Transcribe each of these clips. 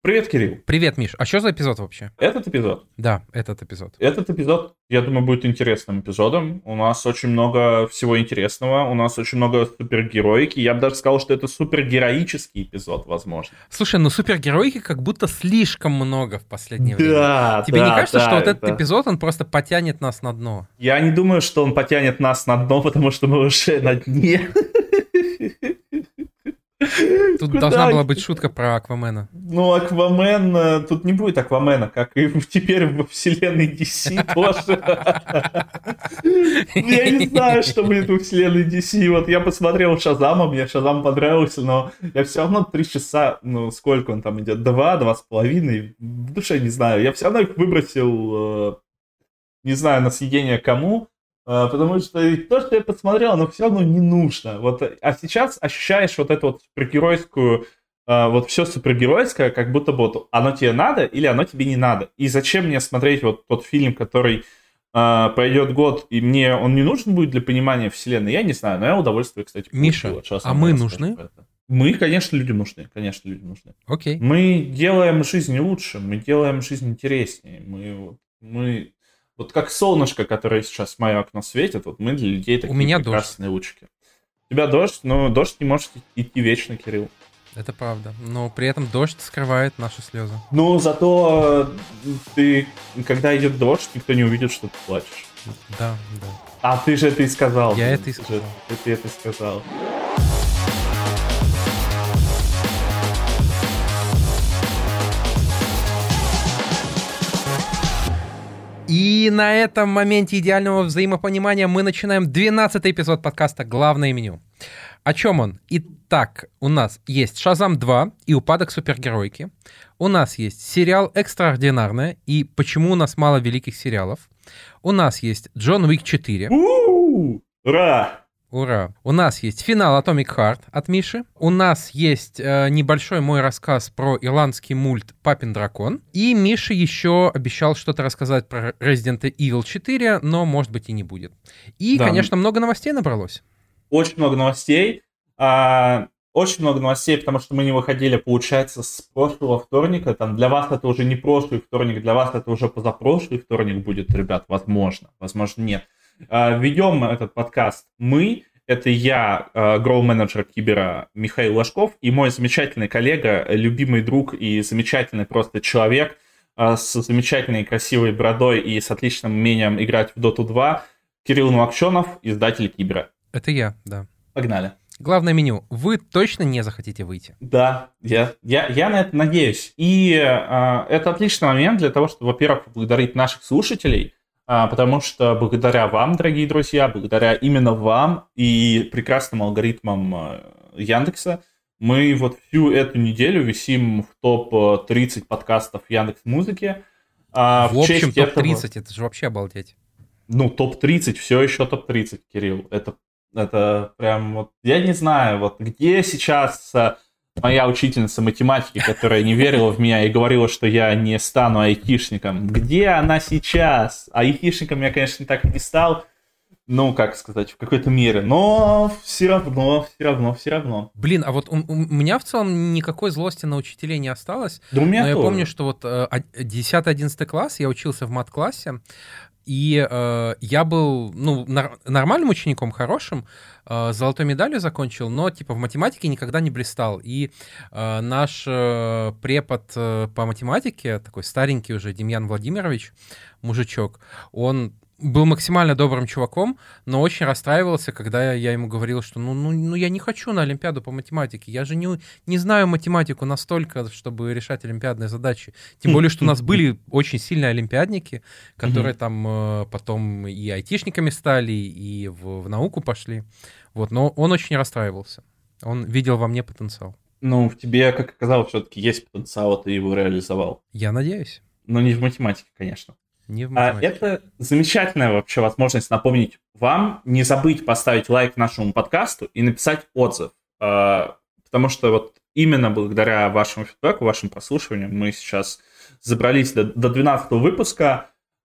Привет, Кирилл. Привет, Миш. А что за эпизод вообще? Этот эпизод? Да, этот эпизод. Этот эпизод, я думаю, будет интересным эпизодом. У нас очень много всего интересного, у нас очень много супергероики. Я бы даже сказал, что это супергероический эпизод, возможно. Слушай, ну супергероики как будто слишком много в последнее время. Да, Тебе не кажется, что вот это... этот эпизод, он просто потянет нас на дно? Я не думаю, что он потянет нас на дно, потому что мы уже на дне. Тут должна была быть шутка про Аквамена. Ну, Аквамен... Тут не будет Аквамена, как и теперь во вселенной DC тоже. Я не знаю, что будет во вселенной DC. Вот я посмотрел Шазама, мне Шазам понравился, но я все равно 3 часа, ну, сколько он там идет? 2,5. В душе не знаю. Я все равно их выбросил, не знаю, на съедение кому. Потому что то, что я посмотрел, оно все равно не нужно. Вот, а сейчас ощущаешь вот эту вот супергеройскую, вот все супергеройское, как будто бы вот оно тебе надо или оно тебе не надо. И зачем мне смотреть вот тот фильм, который пройдет год, и мне он не нужен будет для понимания вселенной, я не знаю, но я удовольствие, кстати, получил. Миша, а мы нужны? Мы, конечно, люди нужны, конечно, люди нужны. Окей. Мы делаем жизнь лучше, мы делаем жизнь интереснее, мы вот как солнышко, которое сейчас в мое окно светит, вот мы для людей такие прекрасные лучики. У тебя дождь, но дождь не может идти вечно, Кирилл. Это правда, но при этом дождь скрывает наши слезы. Ну, зато ты, когда идет дождь, никто не увидит, что ты плачешь. Да. А ты же это и сказал. Я это и сказал. Ты это сказал. И на этом моменте идеального взаимопонимания мы начинаем 12-й эпизод подкаста «Главное меню». О чем он? Итак, у нас есть «Шазам 2» и «Упадок супергеройки». У нас есть сериал «Экстраординарное» и «Почему у нас мало великих сериалов». У нас есть «Джон Уик 4». Ура! Ура! У нас есть финал Atomic Heart от Миши. У нас есть небольшой мой рассказ про ирландский мульт «Папин дракон». И Миша еще обещал что-то рассказать про Resident Evil 4, но, может быть, и не будет. И, да, конечно, много новостей набралось. Очень много новостей. Очень много новостей, потому что мы не выходили, получается, с прошлого вторника. Там для вас это уже не прошлый вторник, для вас это уже позапрошлый вторник будет, ребят, возможно нет. Ведем этот подкаст мы, это я, гроу-менеджер Кибера Михаил Ложков, и мой замечательный коллега, любимый друг и замечательный просто человек с замечательной красивой бородой и с отличным умением играть в Dota 2, Кирилл Новокченов, издатель Кибера. Это я, да. Погнали. Главное меню. Вы точно не захотите выйти? Да, я на это надеюсь. И это отличный момент для того, чтобы, во-первых, поблагодарить наших слушателей, потому что благодаря вам, дорогие друзья, благодаря именно вам и прекрасным алгоритмам Яндекса, мы вот всю эту неделю висим в топ-30 подкастов Яндекс.Музыки. В общем, топ-30, это же вообще обалдеть. Ну, топ-30, все еще топ-30, Кирилл. Это прям вот, я не знаю, вот где сейчас моя учительница математики, которая не верила в меня и говорила, что я не стану айтишником. Где она сейчас? Айтишником я, конечно, так и не стал. Ну, как сказать, в какой-то мере. Но все равно. Блин, а вот у меня в целом никакой злости на учителей не осталось. Да у меня но тоже. Я помню, что вот 10-11 класс я учился в мат-классе. И я был, нормальным учеником, хорошим, золотой медалью закончил, но, типа, в математике никогда не блистал. И наш препод по математике, такой старенький уже, Демьян Владимирович, мужичок, он был максимально добрым чуваком, но очень расстраивался, когда я ему говорил, что я не хочу на Олимпиаду по математике, я же не знаю математику настолько, чтобы решать олимпиадные задачи. Тем более, что у нас были очень сильные олимпиадники, которые там потом и айтишниками стали, и в науку пошли. Вот, но он очень расстраивался. Он видел во мне потенциал. Ну, в тебе, как оказалось, все-таки есть потенциал, ты его реализовал. Я надеюсь. Но не в математике, конечно. Не в математике. Это замечательная вообще возможность напомнить вам, не забыть поставить лайк нашему подкасту и написать отзыв. Потому что вот именно благодаря вашему фидбэку, вашим прослушиваниям мы сейчас забрались до 12 выпуска.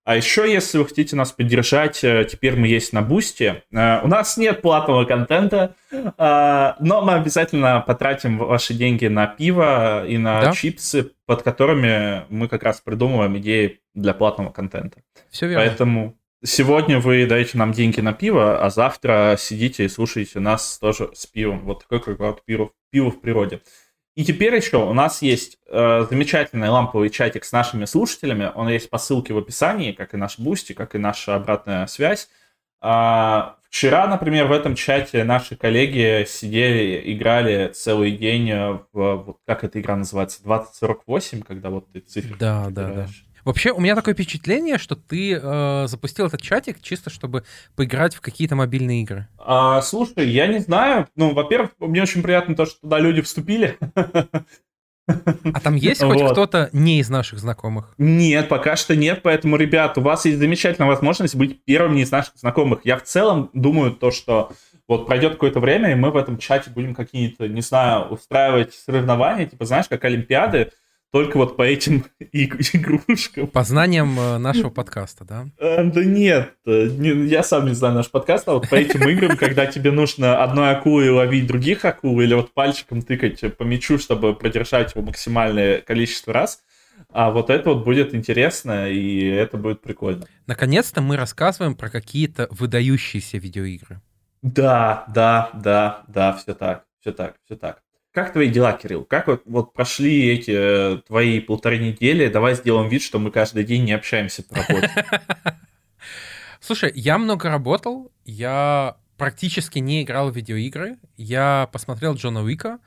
А еще, если вы хотите нас поддержать, теперь мы есть на Бусти. У нас нет платного контента, но мы обязательно потратим ваши деньги на пиво и на чипсы, под которыми мы как раз придумываем идеи для платного контента. Все верно. Поэтому сегодня вы даете нам деньги на пиво, а завтра сидите и слушаете нас тоже с пивом. Вот такой как пиво в природе. И теперь еще у нас есть замечательный ламповый чатик с нашими слушателями. Он есть по ссылке в описании, как и наш Бусти, как и наша обратная связь. Вчера, например, в этом чате наши коллеги сидели, играли целый день в как эта игра называется, 2048, когда вот ты цифры играешь. Вообще, у меня такое впечатление, что ты запустил этот чатик чисто, чтобы поиграть в какие-то мобильные игры. Слушай, я не знаю. Ну, во-первых, мне очень приятно то, что туда люди вступили. А там есть хоть кто-то не из наших знакомых? Нет, пока что нет. Поэтому, ребят, у вас есть замечательная возможность быть первыми из наших знакомых. Я в целом думаю то, что вот пройдет какое-то время, и мы в этом чате будем какие-то, не знаю, устраивать соревнования, типа, знаешь, как Олимпиады, только вот по этим игрушкам. По знаниям нашего подкаста, да? Да нет, я сам не знаю наш подкаст, а вот по этим играм, когда тебе нужно одной акулой ловить других акул или вот пальчиком тыкать по мячу, чтобы продержать его максимальное количество раз, а вот это вот будет интересно, и это будет прикольно. Наконец-то мы рассказываем про какие-то выдающиеся видеоигры. Да, все так. Как твои дела, Кирилл? Как вот прошли эти твои 1,5 недели? Давай сделаем вид, что мы каждый день не общаемся по работе. Слушай, я много работал, я практически не играл в видеоигры, я посмотрел Джона Уика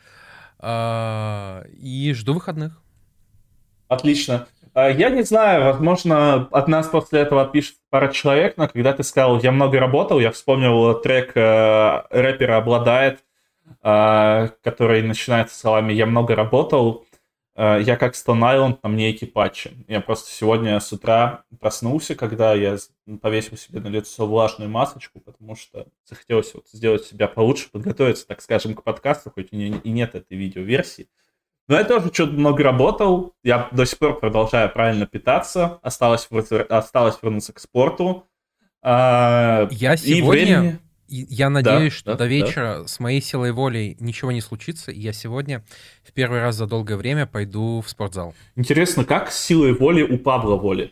и жду выходных. Отлично. Я не знаю, возможно, от нас после этого отпишет пара человек, но когда ты сказал «я много работал», я вспомнил трек рэпера «Обладает», который начинается словами «я много работал», я как Stone Island, на мне эти патчи. Я просто сегодня с утра проснулся, когда я повесил себе на лицо влажную масочку, потому что захотелось вот сделать себя получше, подготовиться, так скажем, к подкасту, хоть и нет этой видеоверсии. Но я тоже что-то много работал, я до сих пор продолжаю правильно питаться, осталось вернуться к спорту. Я сегодня... Я надеюсь, что до вечера с моей силой воли ничего не случится, и я сегодня в первый раз за долгое время пойду в спортзал. Интересно, как с силой воли у Павла Воли?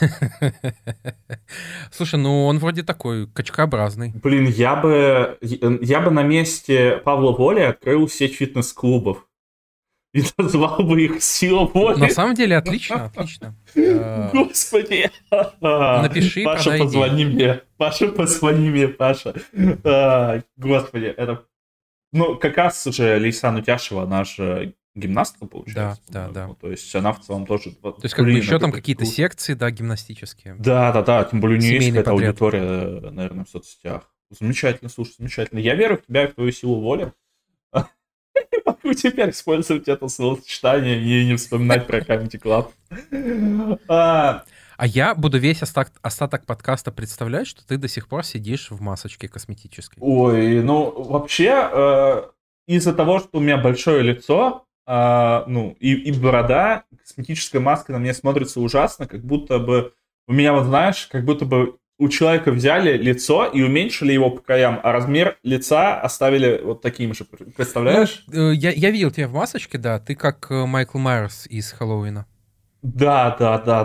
Слушай, ну он вроде такой качкообразный. Блин, я бы на месте Павла Воли открыл сеть фитнес-клубов. И назвал бы их «Сила воли». На самом деле, отлично. Господи. Напиши, Паша, позвони мне, Паша. Господи, это... Ну, как раз уже Лейсан Утяшева, она же гимнастка, получается. Да. То есть она в целом тоже... То есть как бы еще там какие-то секции, да, гимнастические. Да, тем более у нее есть какая-то аудитория, наверное, в соцсетях. Замечательно, слушай, замечательно. Я верю в тебя и в твою силу воли. Не могу теперь использовать это словосочетание и не вспоминать про Comedy Club. А я буду весь остаток подкаста представлять, что ты до сих пор сидишь в масочке косметической. Ой, ну вообще из-за того, что у меня большое лицо, и борода, косметическая маска на мне смотрится ужасно, как будто бы у меня, вот знаешь, как будто бы у человека взяли лицо и уменьшили его по краям, а размер лица оставили вот таким же. Представляешь? Ну, я видел тебя в масочке, да. Ты как Майкл Майерс из Хэллоуина. Да.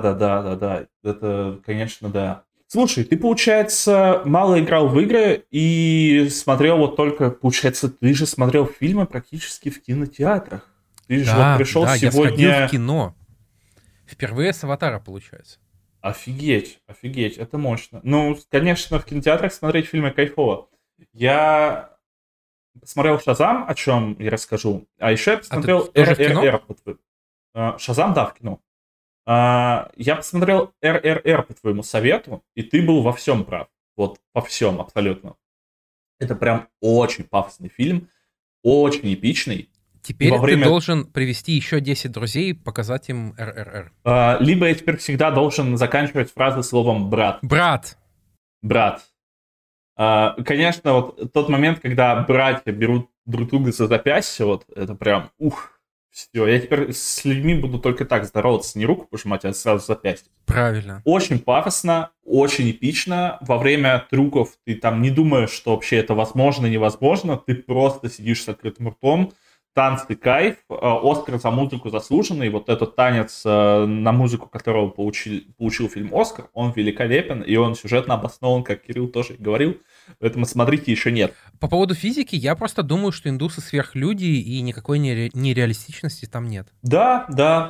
Это, конечно, да. Слушай, ты, получается, мало играл в игры и смотрел вот только... Получается, ты же смотрел фильмы практически в кинотеатрах. Ты же вот пришел сегодня... я сходил в кино. Впервые с «Аватара», получается. Офигеть, это мощно. Ну, конечно, в кинотеатрах смотреть фильмы кайфово. Я посмотрел «Шазам», о чем я расскажу. А еще я посмотрел «РРР». «Шазам», да, в кино. Я посмотрел «РРР» по твоему совету, и ты был во всем прав. Вот во всем абсолютно. Это прям очень пафосный фильм, очень эпичный. Теперь ты должен привести еще 10 друзей, показать им РРР. Либо я теперь всегда должен заканчивать фразы словом «брат». Брат. Конечно, вот тот момент, когда братья берут друг друга за запястье, вот это прям, Все, я теперь с людьми буду только так здороваться, не руку пожимать, а сразу запястье. Правильно. Очень пафосно, очень эпично. Во время трюков ты там не думаешь, что вообще это возможно, невозможно. Ты просто сидишь с открытым ртом. Танцы кайф. Оскар за музыку заслуженный. Вот этот танец, на музыку которого получил фильм «Оскар», он великолепен, и он сюжетно обоснован, как Кирилл тоже говорил. Поэтому смотрите, еще нет. По поводу физики, я просто думаю, что индусы сверхлюди, и никакой нереалистичности там нет. Да.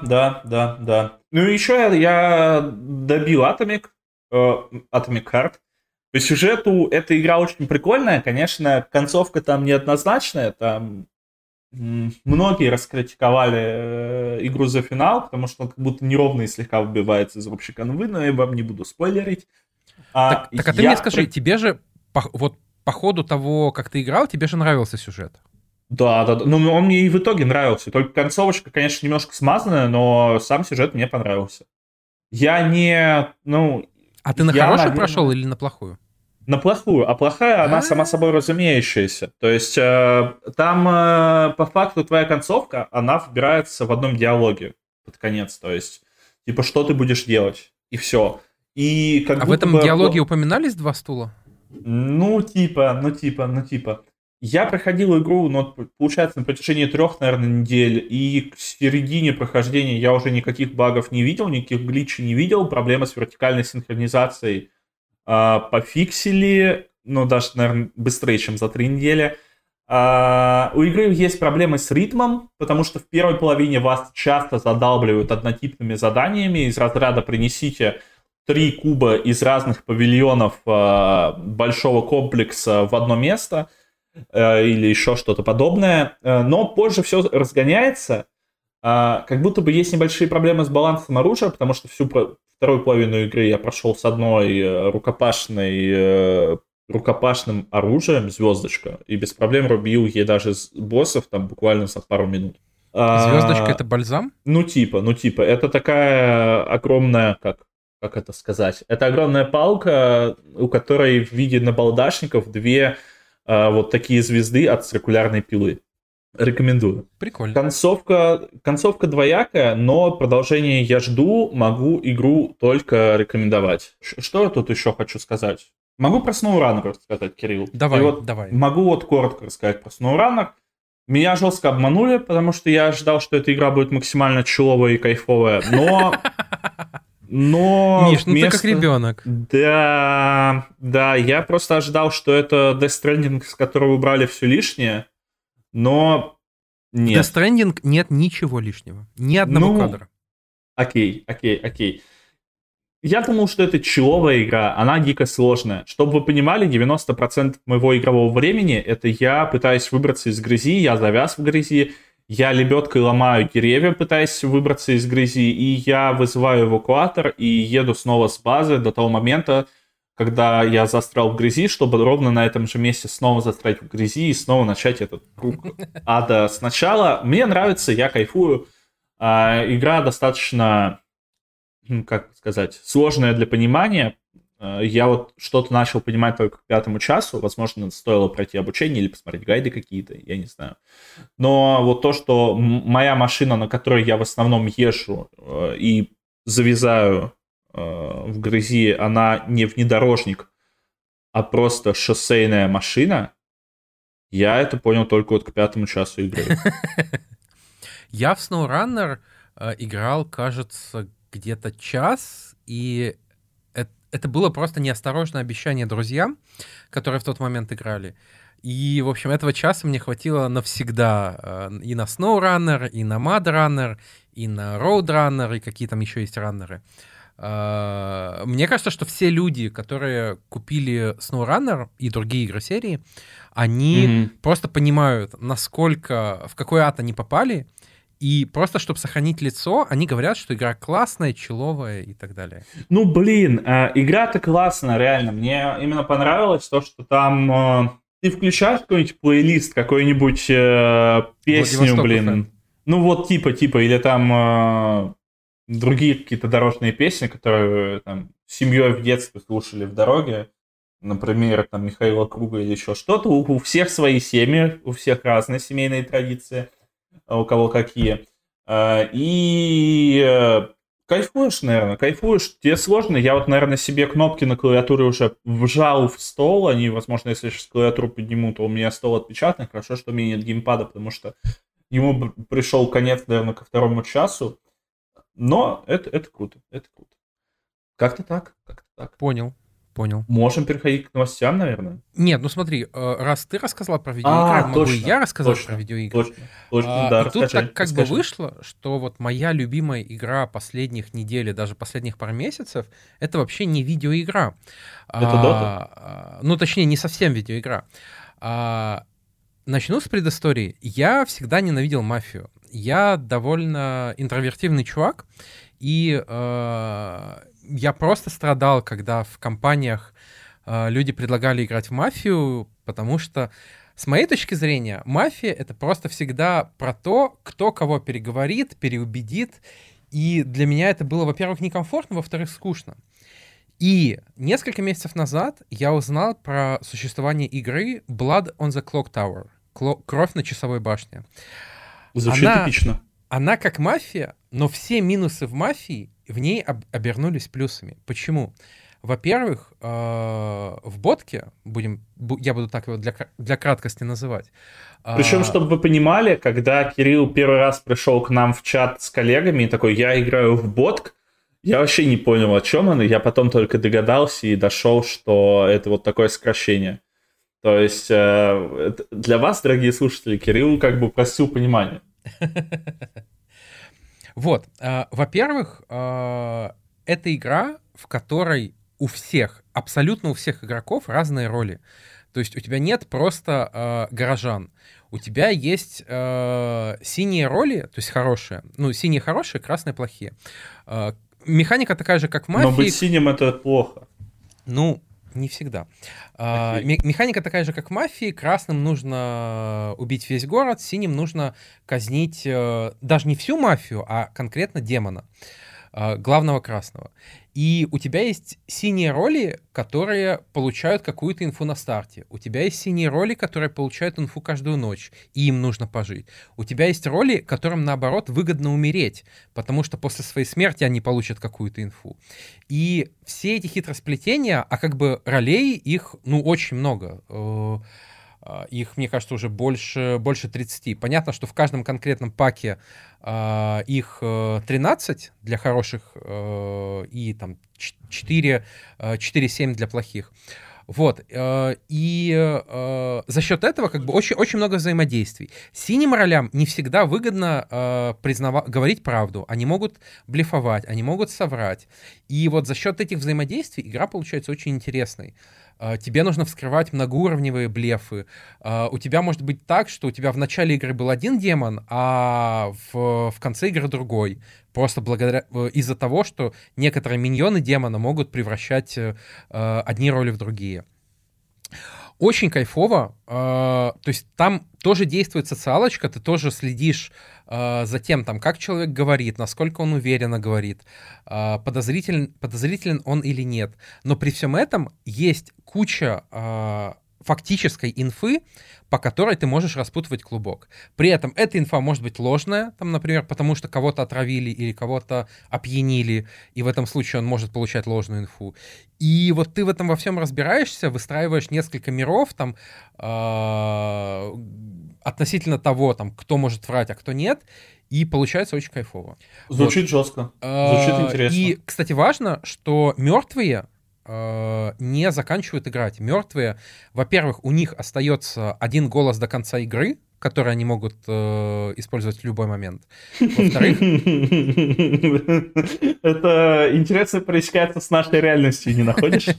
Ну и еще я добил Atomic Heart. По сюжету эта игра очень прикольная. Конечно, концовка там неоднозначная. Там многие раскритиковали игру за финал, потому что он как будто неровно и слегка выбивается из общей канвы, но я вам не буду спойлерить. Так а ты мне скажи, тебе же вот по ходу того, как ты играл, тебе же нравился сюжет? Да. Ну, он мне и в итоге нравился. Только концовочка, конечно, немножко смазанная, но сам сюжет мне понравился. Я не... А ты на хорошую прошел или на плохую? На плохую. А плохая, она сама собой разумеющаяся. То есть там по факту твоя концовка, она вбирается в одном диалоге под конец. То есть, типа, что ты будешь делать? И все. И как в этом диалоге упоминались два стула? Ну, типа. Я проходил игру, получается, на протяжении 3, наверное, недель, и к середине прохождения я уже никаких багов не видел, никаких гличей не видел, проблемы с вертикальной синхронизацией пофиксили, даже, наверное, быстрее, чем за 3 недели. У игры есть проблемы с ритмом, потому что в первой половине вас часто задалбливают однотипными заданиями из разряда «принесите 3 куба из разных павильонов большого комплекса в одно место», или еще что-то подобное. Но позже все разгоняется. Как будто бы есть небольшие проблемы с балансом оружия, потому что всю вторую половину игры я прошел с одной рукопашным оружием, звездочка, и без проблем рубил ей даже боссов там буквально за пару минут. Звездочка — это бальзам? Ну типа. Это такая огромная, как это сказать? Это огромная палка, у которой в виде набалдашников 2 вот такие звезды от циркулярной пилы. Рекомендую. Прикольно. Концовка двоякая, но продолжение я жду, могу игру только рекомендовать. Что я тут еще хочу сказать? Могу про SnowRunner рассказать, Кирилл. Давай. Могу коротко рассказать про SnowRunner. Меня жестко обманули, потому что я ожидал, что эта игра будет максимально чиловая и кайфовая, но Миш, ты как ребенок. Да, я просто ожидал, что это Death Stranding, с которого убрали все лишнее, но нет. В Death Stranding нет ничего лишнего, ни одного кадра. Окей. Я думал, что это чиловая игра, она дико сложная. Чтобы вы понимали, 90% моего игрового времени это я пытаюсь выбраться из грязи, я завяз в грязи, я лебедкой ломаю деревья, пытаясь выбраться из грязи, и я вызываю эвакуатор и еду снова с базы до того момента, когда я застрял в грязи, чтобы ровно на этом же месте снова застрять в грязи и снова начать этот круг ада сначала. Мне нравится, я кайфую. Игра достаточно, как сказать, сложная для понимания. Я вот что-то начал понимать только к 5 часу. Возможно, стоило пройти обучение или посмотреть гайды какие-то, я не знаю. Но вот то, что моя машина, на которой я в основном езжу и завязаю в грязи, она не внедорожник, а просто шоссейная машина, я это понял только вот к 5 часу игры. Я в SnowRunner играл, кажется, где-то час, и это было просто неосторожное обещание друзьям, которые в тот момент играли. И, в общем, этого часа мне хватило навсегда. И на SnowRunner, и на MudRunner, и на Roadrunner, и какие там еще есть раннеры. Мне кажется, что все люди, которые купили SnowRunner и другие игры серии, они просто понимают, в какой ад они попали, и просто, чтобы сохранить лицо, они говорят, что игра классная, чиловая и так далее. Ну, блин, игра-то классная, реально. Мне именно понравилось то, что там ты включаешь какой-нибудь плейлист, какую-нибудь песню, блин. Ну, вот типа, или там другие какие-то дорожные песни, которые там семьей в детстве слушали в дороге. Например, там Михаила Круга или еще что-то. У всех свои семьи, у всех разные семейные традиции. У кого какие. И кайфуешь, наверное, кайфуешь. Тебе сложно. Я вот, наверное, себе кнопки на клавиатуре уже вжал в стол. Они, возможно, если я сейчас клавиатуру подниму, то у меня стол отпечатан. Хорошо, что у меня нет геймпада, потому что ему пришел конец, наверное, ко 2 часу. Но это круто, это круто. Как-то так, как-то так. Понял. Можем переходить к новостям, наверное. Нет, ну смотри, раз ты рассказал про видеоигры, могу и я рассказать про видеоигры. Точно, да, и тут расскажи, так как бы вышло, что вот моя любимая игра последних недель и даже последних пару месяцев, это вообще не видеоигра. Это Dota? Ну, точнее, не совсем видеоигра. Начну с предыстории. Я всегда ненавидел мафию. Я довольно интровертивный чувак, и я просто страдал, когда в компаниях люди предлагали играть в мафию, потому что, с моей точки зрения, мафия — это просто всегда про то, кто кого переговорит, переубедит, и для меня это было, во-первых, некомфортно, во-вторых, скучно. И несколько месяцев назад я узнал про существование игры Blood on the Clock Tower, кровь на часовой башне. Звучит эпично. Она как мафия, но все минусы в мафии в ней обернулись плюсами. Почему? Во-первых, в ботке, я буду так его для краткости называть. Причем, чтобы вы понимали, когда Кирилл первый раз пришел к нам в чат с коллегами и такой, я играю в ботк, я вообще не понял, о чем он, и я потом только догадался и дошел, что это вот такое сокращение. То есть для вас, дорогие слушатели, Кирилл как бы упростил понимание. Вот, во-первых, это игра, в которой у всех, абсолютно у всех игроков разные роли. То есть у тебя нет просто горожан. У тебя есть синие роли, то есть хорошие. Ну, синие хорошие, красные плохие. Механика такая же, как в мафии. Но быть синим — это плохо. Ну, не всегда. Механика такая же, как в мафии. Красным нужно убить весь город, синим нужно казнить даже не всю мафию, а конкретно демона, главного красного. И у тебя есть синие роли, которые получают какую-то инфу на старте. У тебя есть синие роли, которые получают инфу каждую ночь, и им нужно пожить. У тебя есть роли, которым, наоборот, выгодно умереть, потому что после своей смерти они получат какую-то инфу. И все эти хитросплетения, а как бы ролей, их, ну, очень много. Их, мне кажется, уже больше 30. Понятно, что в каждом конкретном паке их 13 для хороших и там 4-7 для плохих. Вот. И за счет этого как бы очень много взаимодействий. Синим ролям не всегда выгодно говорить правду. Они могут блефовать, они могут соврать. И вот за счет этих взаимодействий игра получается очень интересной. Тебе нужно вскрывать многоуровневые блефы. У тебя может быть так, что у тебя в начале игры был один демон, а в конце игры другой. Просто из-за того, что некоторые миньоны демона могут превращать одни роли в другие. Очень кайфово. То есть там тоже действует социалочка, ты тоже следишь за тем, там, как человек говорит, насколько он уверенно говорит, подозрителен он или нет. Но при всем этом есть куча фактической инфы, по которой ты можешь распутывать клубок. При этом эта инфа может быть ложная, там, например, потому что кого-то отравили или кого-то опьянили, и в этом случае он может получать ложную инфу. И вот ты в этом во всем разбираешься, выстраиваешь несколько миров, там, относительно того, там, кто может врать, а кто нет, и получается очень кайфово. Звучит вот. Жестко, звучит интересно. И, кстати, важно, что мертвые не заканчивают играть. Мертвые, во-первых, у них остается один голос до конца игры, который они могут использовать в любой момент. Во-вторых... Это интересно пересекается с нашей реальностью, не находишь?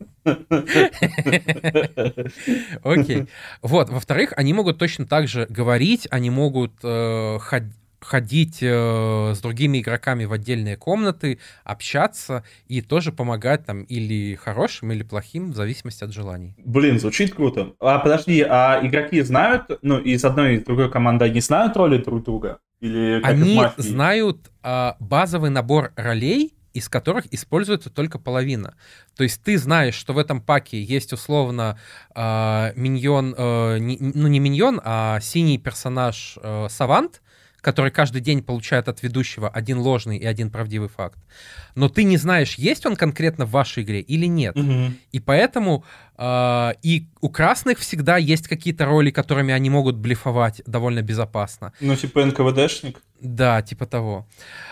Окей. Вот, во-вторых, они могут точно так же говорить, они могут ходить с другими игроками в отдельные комнаты, общаться и тоже помогать там или хорошим, или плохим, в зависимости от желаний. Блин, звучит круто. А подожди, а игроки знают, ну, из одной и другой команды они знают роли друг друга? Или как они знают базовый набор ролей, из которых используется только половина. То есть ты знаешь, что в этом паке есть условно миньон, не миньон, а синий персонаж Савант, который каждый день получает от ведущего один ложный и один правдивый факт. Но ты не знаешь, есть он конкретно в вашей игре или нет. И поэтому и у красных всегда есть какие-то роли, которыми они могут блефовать довольно безопасно. Ну, типа НКВДшник? Да, типа того.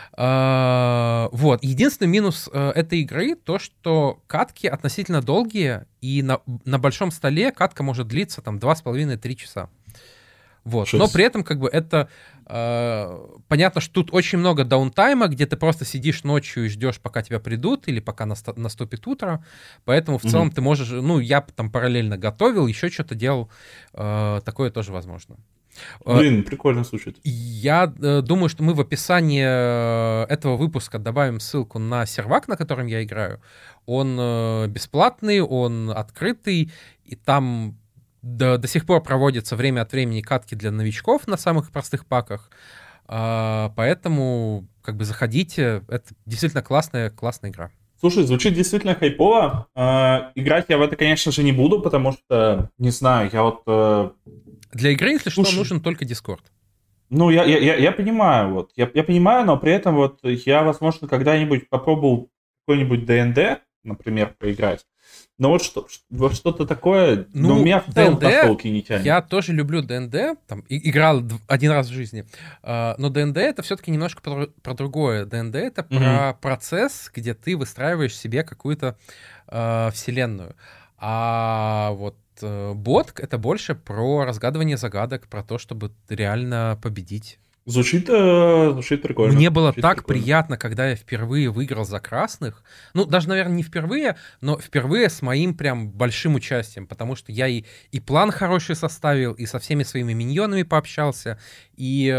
Вот. Единственный минус этой игры то, что катки относительно долгие, и на большом столе катка может длиться там 2,5-3 часа. Вот. Но при этом как бы это понятно, что тут очень много даунтайма, где ты просто сидишь ночью и ждешь, пока тебя придут или пока наступит утро. Поэтому в целом ты можешь... Ну, я там параллельно готовил, еще что-то делал. Такое тоже возможно. Блин, прикольно звучит. Я думаю, что мы в описании этого выпуска добавим ссылку на сервак, на котором я играю. Он бесплатный, он открытый, и там до сих пор проводятся время от времени катки для новичков на самых простых паках. Поэтому как бы заходите. Это действительно классная игра. Слушай, звучит действительно хайпово. Играть я в это, конечно же, не буду, потому что, не знаю, я вот... Для игры, если что, нужен только Discord. Ну, я понимаю, вот. Я понимаю, но при этом вот я, возможно, когда-нибудь попробовал какой-нибудь ДНД, например, поиграть. Но вот что-то такое, ну, у меня в целом настолки не тянет. Я тоже люблю ДНД, там, играл один раз в жизни, но ДНД это все-таки немножко про другое. ДНД это про процесс, где ты выстраиваешь себе какую-то вселенную. А вот бот — это больше про разгадывание загадок, про то, чтобы реально победить. Звучит прикольно. Мне было так приятно, когда я впервые выиграл за красных. Ну, даже, наверное, не впервые, но впервые с моим прям большим участием, потому что я и план хороший составил, и со всеми своими миньонами пообщался, и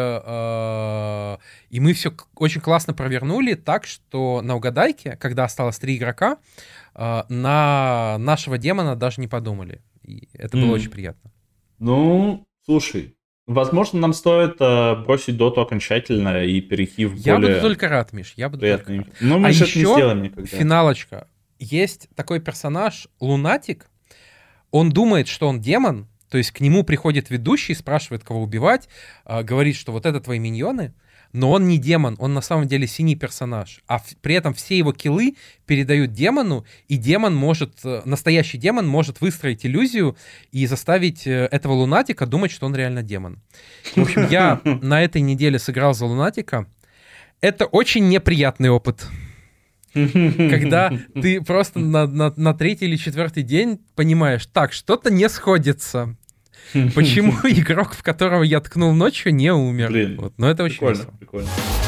мы все очень классно провернули так, что на угадайке, когда осталось 3 игрока, на нашего демона даже не подумали. И это было очень приятно. Ну, слушай, возможно, нам стоит бросить доту окончательно и перейти в Я буду только рад, Миш, я буду только рад. Ну, мы же это не сделаем никогда. Финалочка. Есть такой персонаж, Лунатик. Он думает, что он демон, то есть к нему приходит ведущий, спрашивает, кого убивать, говорит, что вот это твои миньоны, но он не демон, он на самом деле синий персонаж. А при этом все его киллы передают демону, и настоящий демон может выстроить иллюзию и заставить этого лунатика думать, что он реально демон. В общем, я на этой неделе сыграл за лунатика. Это очень неприятный опыт. Когда ты просто на 3-й или 4-й день понимаешь, так, что-то не сходится. Почему игрок, в которого я ткнул ночью, не умер? Блин, вот. Но это очень весело. Прикольно.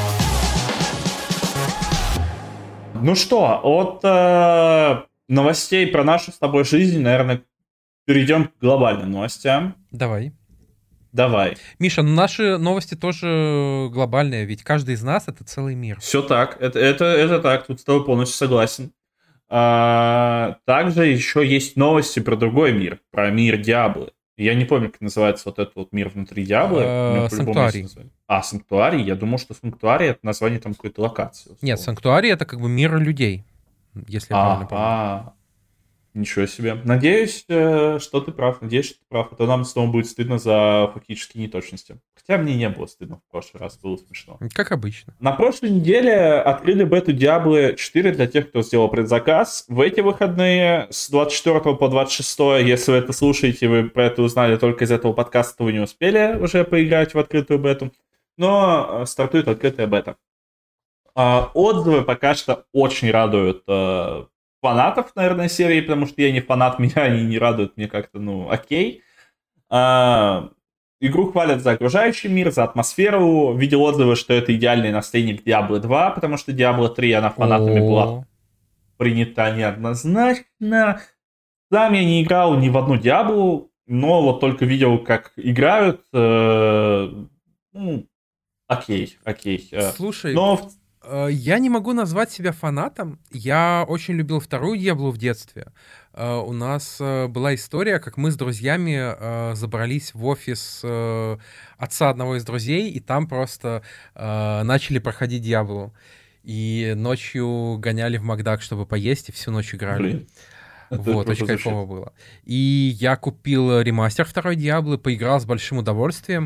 Ну что, от новостей про нашу с тобой жизнь, наверное, перейдем к глобальным новостям. Давай. Миша, наши новости тоже глобальные, ведь каждый из нас — это целый мир. Все так, это так, тут с тобой полностью согласен. Также еще есть новости про другой мир, про мир Диаблы. Я не помню, как называется вот этот вот мир внутри Диаблы. Санктуарий. Санктуарий? Я думал, что Санктуарий — это название там какой-то локации. Условно. Нет, Санктуарий — это как бы мир людей, если я правильно помню. Ничего себе. Надеюсь, что ты прав. А то нам снова будет стыдно за фактические неточности. Хотя мне не было стыдно в прошлый раз, было смешно. Как обычно. На прошлой неделе открыли бету Diablo 4 для тех, кто сделал предзаказ. В эти выходные с 24 по 26, если вы это слушаете, вы про это узнали только из этого подкаста, вы не успели уже поиграть в открытую бету. Но стартует открытая бета. Отзывы пока что очень радуют фанатов, наверное, серии, потому что я не фанат, меня они не радуют, мне как-то, окей. Игру хвалят за окружающий мир, за атмосферу. Видел отзывы, что это идеальный наследник Diablo 2, потому что Diablo 3, она фанатами была принята неоднозначно. Сам я не играл ни в одну Diablo, но вот только видел, как играют. Окей. Слушай, я не могу назвать себя фанатом. Я очень любил вторую Диаблу в детстве. У нас была история, как мы с друзьями забрались в офис отца одного из друзей, и там просто начали проходить Диаблу. И ночью гоняли в Макдак, чтобы поесть, и всю ночь играли. Блин. Вот, очень кайфово было. И я купил ремастер второй Диаблы, поиграл с большим удовольствием.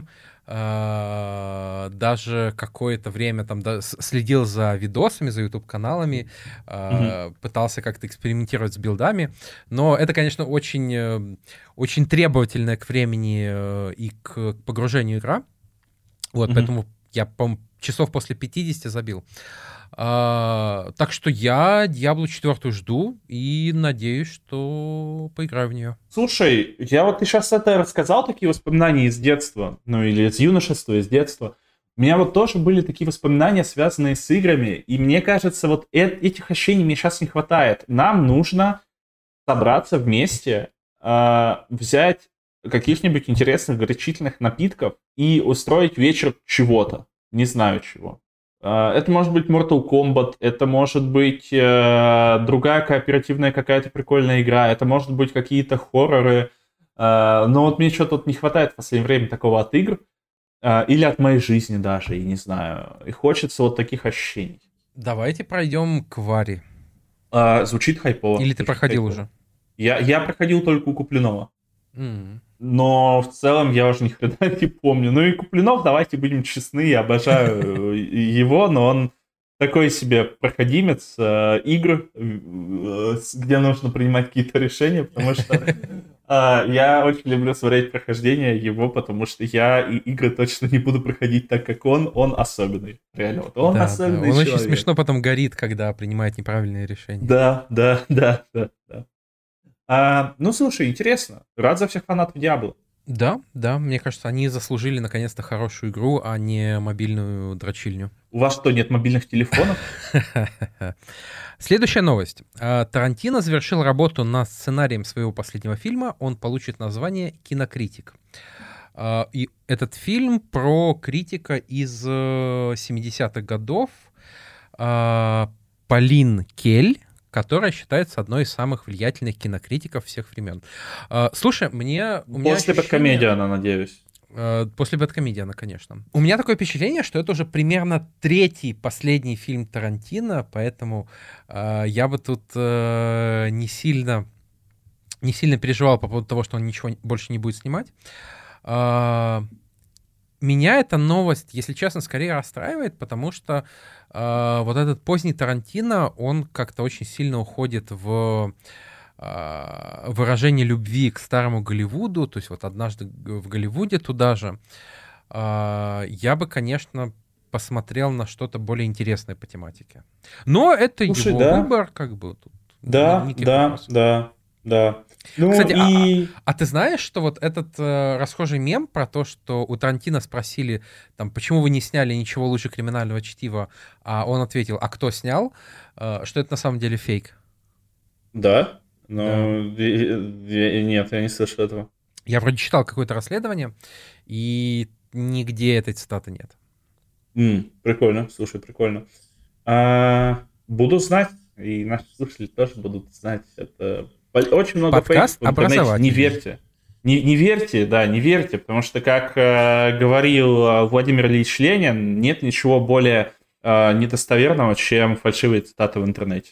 даже какое-то время там следил за видосами, за YouTube-каналами, пытался как-то экспериментировать с билдами, но это, конечно, очень требовательная к времени и к погружению игра, вот, поэтому я, по-моему, часов после 50 забил. Так что я Diablo 4 жду и надеюсь, что поиграю в нее. Слушай, ты сейчас это рассказал, такие воспоминания из детства, или из юношества, из детства. У меня тоже были такие воспоминания, связанные с играми, и мне кажется, этих ощущений мне сейчас не хватает. Нам нужно собраться вместе, взять каких-нибудь интересных горячительных напитков и устроить вечер чего-то. Не знаю чего. Это может быть Mortal Kombat, это может быть другая кооперативная какая-то прикольная игра, это может быть какие-то хорроры. Но мне что-то не хватает в последнее время такого от игр. Или от моей жизни даже, и не знаю. И хочется таких ощущений. Давайте пройдем к Варе. Звучит хайпово. Или ты проходил уже? Я проходил только у Куплинова. Но в целом я уже ни хрена не помню. И Куплинов, давайте будем честны, я обожаю его, но он такой себе проходимец игр, где нужно принимать какие-то решения, потому что я очень люблю смотреть прохождение его, потому что я игры точно не буду проходить так, как он. Он особенный, реально. Он особенный человек. Он очень смешно потом горит, когда принимает неправильные решения. Да. Слушай, интересно. Рад за всех фанатов Diablo. Да, мне кажется, они заслужили наконец-то хорошую игру, а не мобильную дрочильню. У вас что, нет мобильных телефонов? Следующая новость. Тарантино завершил работу над сценарием своего последнего фильма. Он получит название «Кинокритик». И этот фильм про критика из 70-х годов Полин Кель, которая считается одной из самых влиятельных кинокритиков всех времен. Слушай, После Бэдкомедиана, надеюсь. После Бэдкомедиана, конечно. У меня такое впечатление, что это уже примерно третий, последний фильм Тарантино, поэтому я бы тут не сильно переживал по поводу того, что он ничего больше не будет снимать. Меня эта новость, если честно, скорее расстраивает, потому что вот этот поздний Тарантино, он как-то очень сильно уходит в выражение любви к старому Голливуду, то есть «Однажды в Голливуде» туда же. Я бы, конечно, посмотрел на что-то более интересное по тематике. Но это его выбор, как бы. Тут Да. Кстати, а ты знаешь, что вот этот расхожий мем про то, что у Тарантино спросили, почему вы не сняли ничего лучше «Криминального чтива», а он ответил, а кто снял, что это на самом деле фейк? Да? Нет, я не слышал этого. Я вроде читал какое-то расследование, и нигде этой цитаты нет. Прикольно, слушай, прикольно. Буду знать, и наши слушатели тоже будут знать. Это очень много подкаст фейков в интернете. Не верьте. Не верьте, потому что, как говорил Владимир Ильич Ленин, нет ничего более недостоверного, чем фальшивые цитаты в интернете.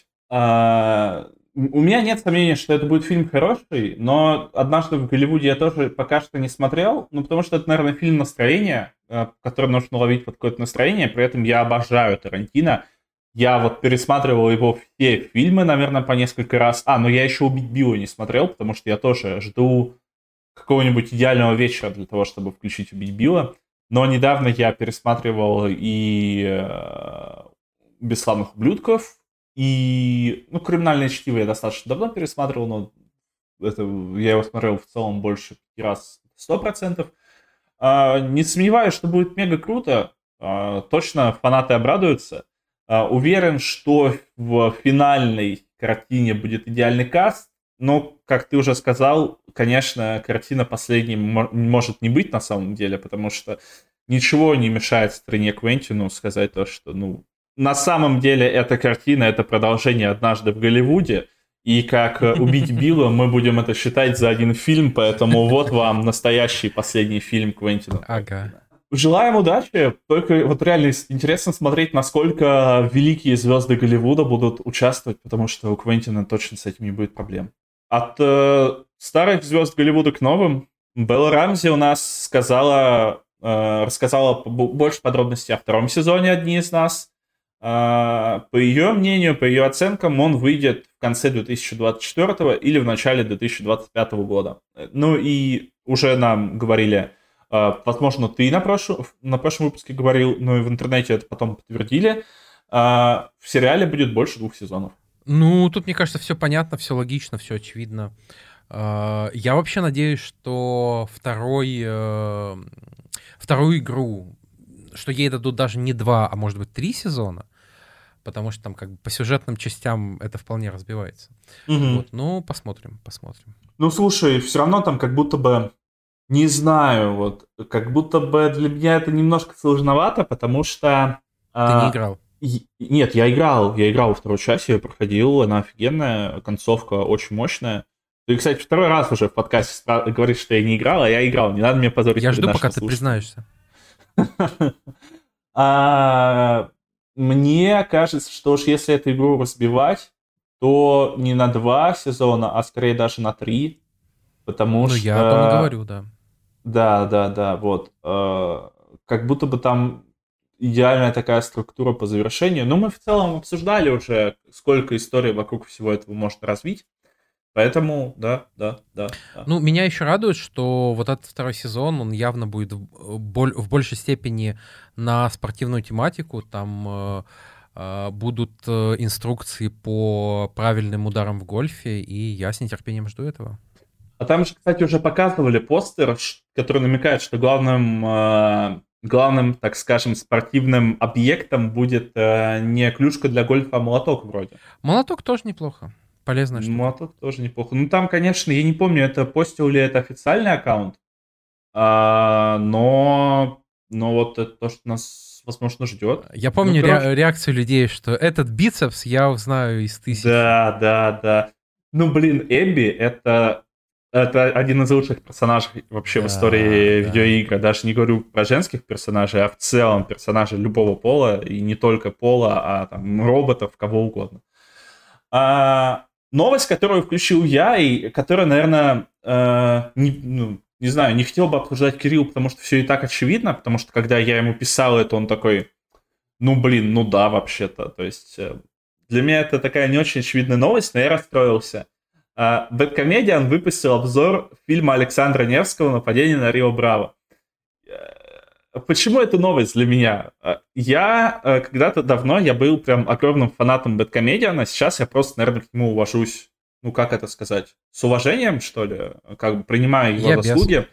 У меня нет сомнений, что это будет фильм хороший, но «Однажды в Голливуде» я тоже пока что не смотрел, потому что это, наверное, фильм настроения, в котором нужно ловить какое-то настроение, при этом я обожаю Тарантино. Я пересматривал его все фильмы, наверное, по несколько раз. Но я еще «Убить Билла» не смотрел, потому что я тоже жду какого-нибудь идеального вечера для того, чтобы включить «Убить Билла». Но недавно я пересматривал и «Бесславных ублюдков», и «Криминальное чтиво» я достаточно давно пересматривал, но я его смотрел в целом больше 5 раз 100%. Не сомневаюсь, что будет мега круто. Точно фанаты обрадуются. Уверен, что в финальной картине будет идеальный каст, но, как ты уже сказал, конечно, картина последней может не быть на самом деле, потому что ничего не мешает стране Квентину сказать то, что, на самом деле эта картина — это продолжение «Однажды в Голливуде», и как «Убить Билла» мы будем это считать за один фильм, поэтому вот вам настоящий последний фильм Квентина. Ага. Желаем удачи, только реально интересно смотреть, насколько великие звезды Голливуда будут участвовать, потому что у Квентина точно с этим не будет проблем. От старых звезд Голливуда к новым Белла Рамзи у нас сказала рассказала больше подробностей о втором сезоне «Одни из нас». По ее мнению, по ее оценкам, он выйдет в конце 2024 или в начале 2025 года. Ну и уже нам говорили, возможно, ты на прошлом выпуске говорил, но и в интернете это потом подтвердили, в сериале будет больше 2 сезонов. Ну, тут, мне кажется, все понятно, все логично, все очевидно. Я вообще надеюсь, что вторую игру, что ей дадут даже не 2, а может быть 3 сезона, потому что там как бы по сюжетным частям это вполне разбивается. Вот, ну, посмотрим. Ну, слушай, все равно там как будто бы, не знаю, вот, как будто бы для меня это немножко сложновато, потому что... Ты не играл? Нет, я играл во вторую часть, я ее проходил, она офигенная, концовка очень мощная. Ты, кстати, второй раз уже в подкасте говоришь, что я не играл, а я играл, не надо мне позорить. Я жду, пока ты признаешься. Мне кажется, что уж если эту игру разбивать, то не на 2 сезона, а скорее даже на 3, потому что... Ну, я о том и говорю, да. Да, вот. Как будто бы там идеальная такая структура по завершению. Но мы в целом обсуждали уже, сколько историй вокруг всего этого можно развить. Поэтому, да. Ну, меня еще радует, что вот этот второй сезон, он явно будет в большей степени на спортивную тематику. Там будут инструкции по правильным ударам в гольфе, и я с нетерпением жду этого. А там же, кстати, уже показывали постер, который намекает, что главным, так скажем, спортивным объектом будет не клюшка для гольфа, а молоток вроде. Молоток тоже неплохо. Полезная штука. Молоток тоже неплохо. Ну, там, конечно, я не помню, это постил ли это официальный аккаунт, но вот это то, что нас, возможно, ждет. Я помню реакцию людей, что этот бицепс я узнаю из 1000. Да. Ну, блин, Эбби это один из лучших персонажей вообще в истории видеоигр. Даже не говорю про женских персонажей, а в целом персонажей любого пола, и не только пола, а там роботов, кого угодно. Новость, которую включил я, и которая, наверное, не знаю, не хотел бы обсуждать Кирилл, потому что все и так очевидно, потому что когда я ему писал это, он такой, ну да, вообще-то. То есть для меня это такая не очень очевидная новость, но я расстроился. Бэдкомедиан выпустил обзор фильма Александра Невского «Нападение на Рио Браво». Почему это новость для меня? Я когда-то давно, я был прям огромным фанатом Бэдкомедиана, сейчас я просто, наверное, к нему увожусь, ну как это сказать, с уважением, что ли, как бы принимаю его заслуги.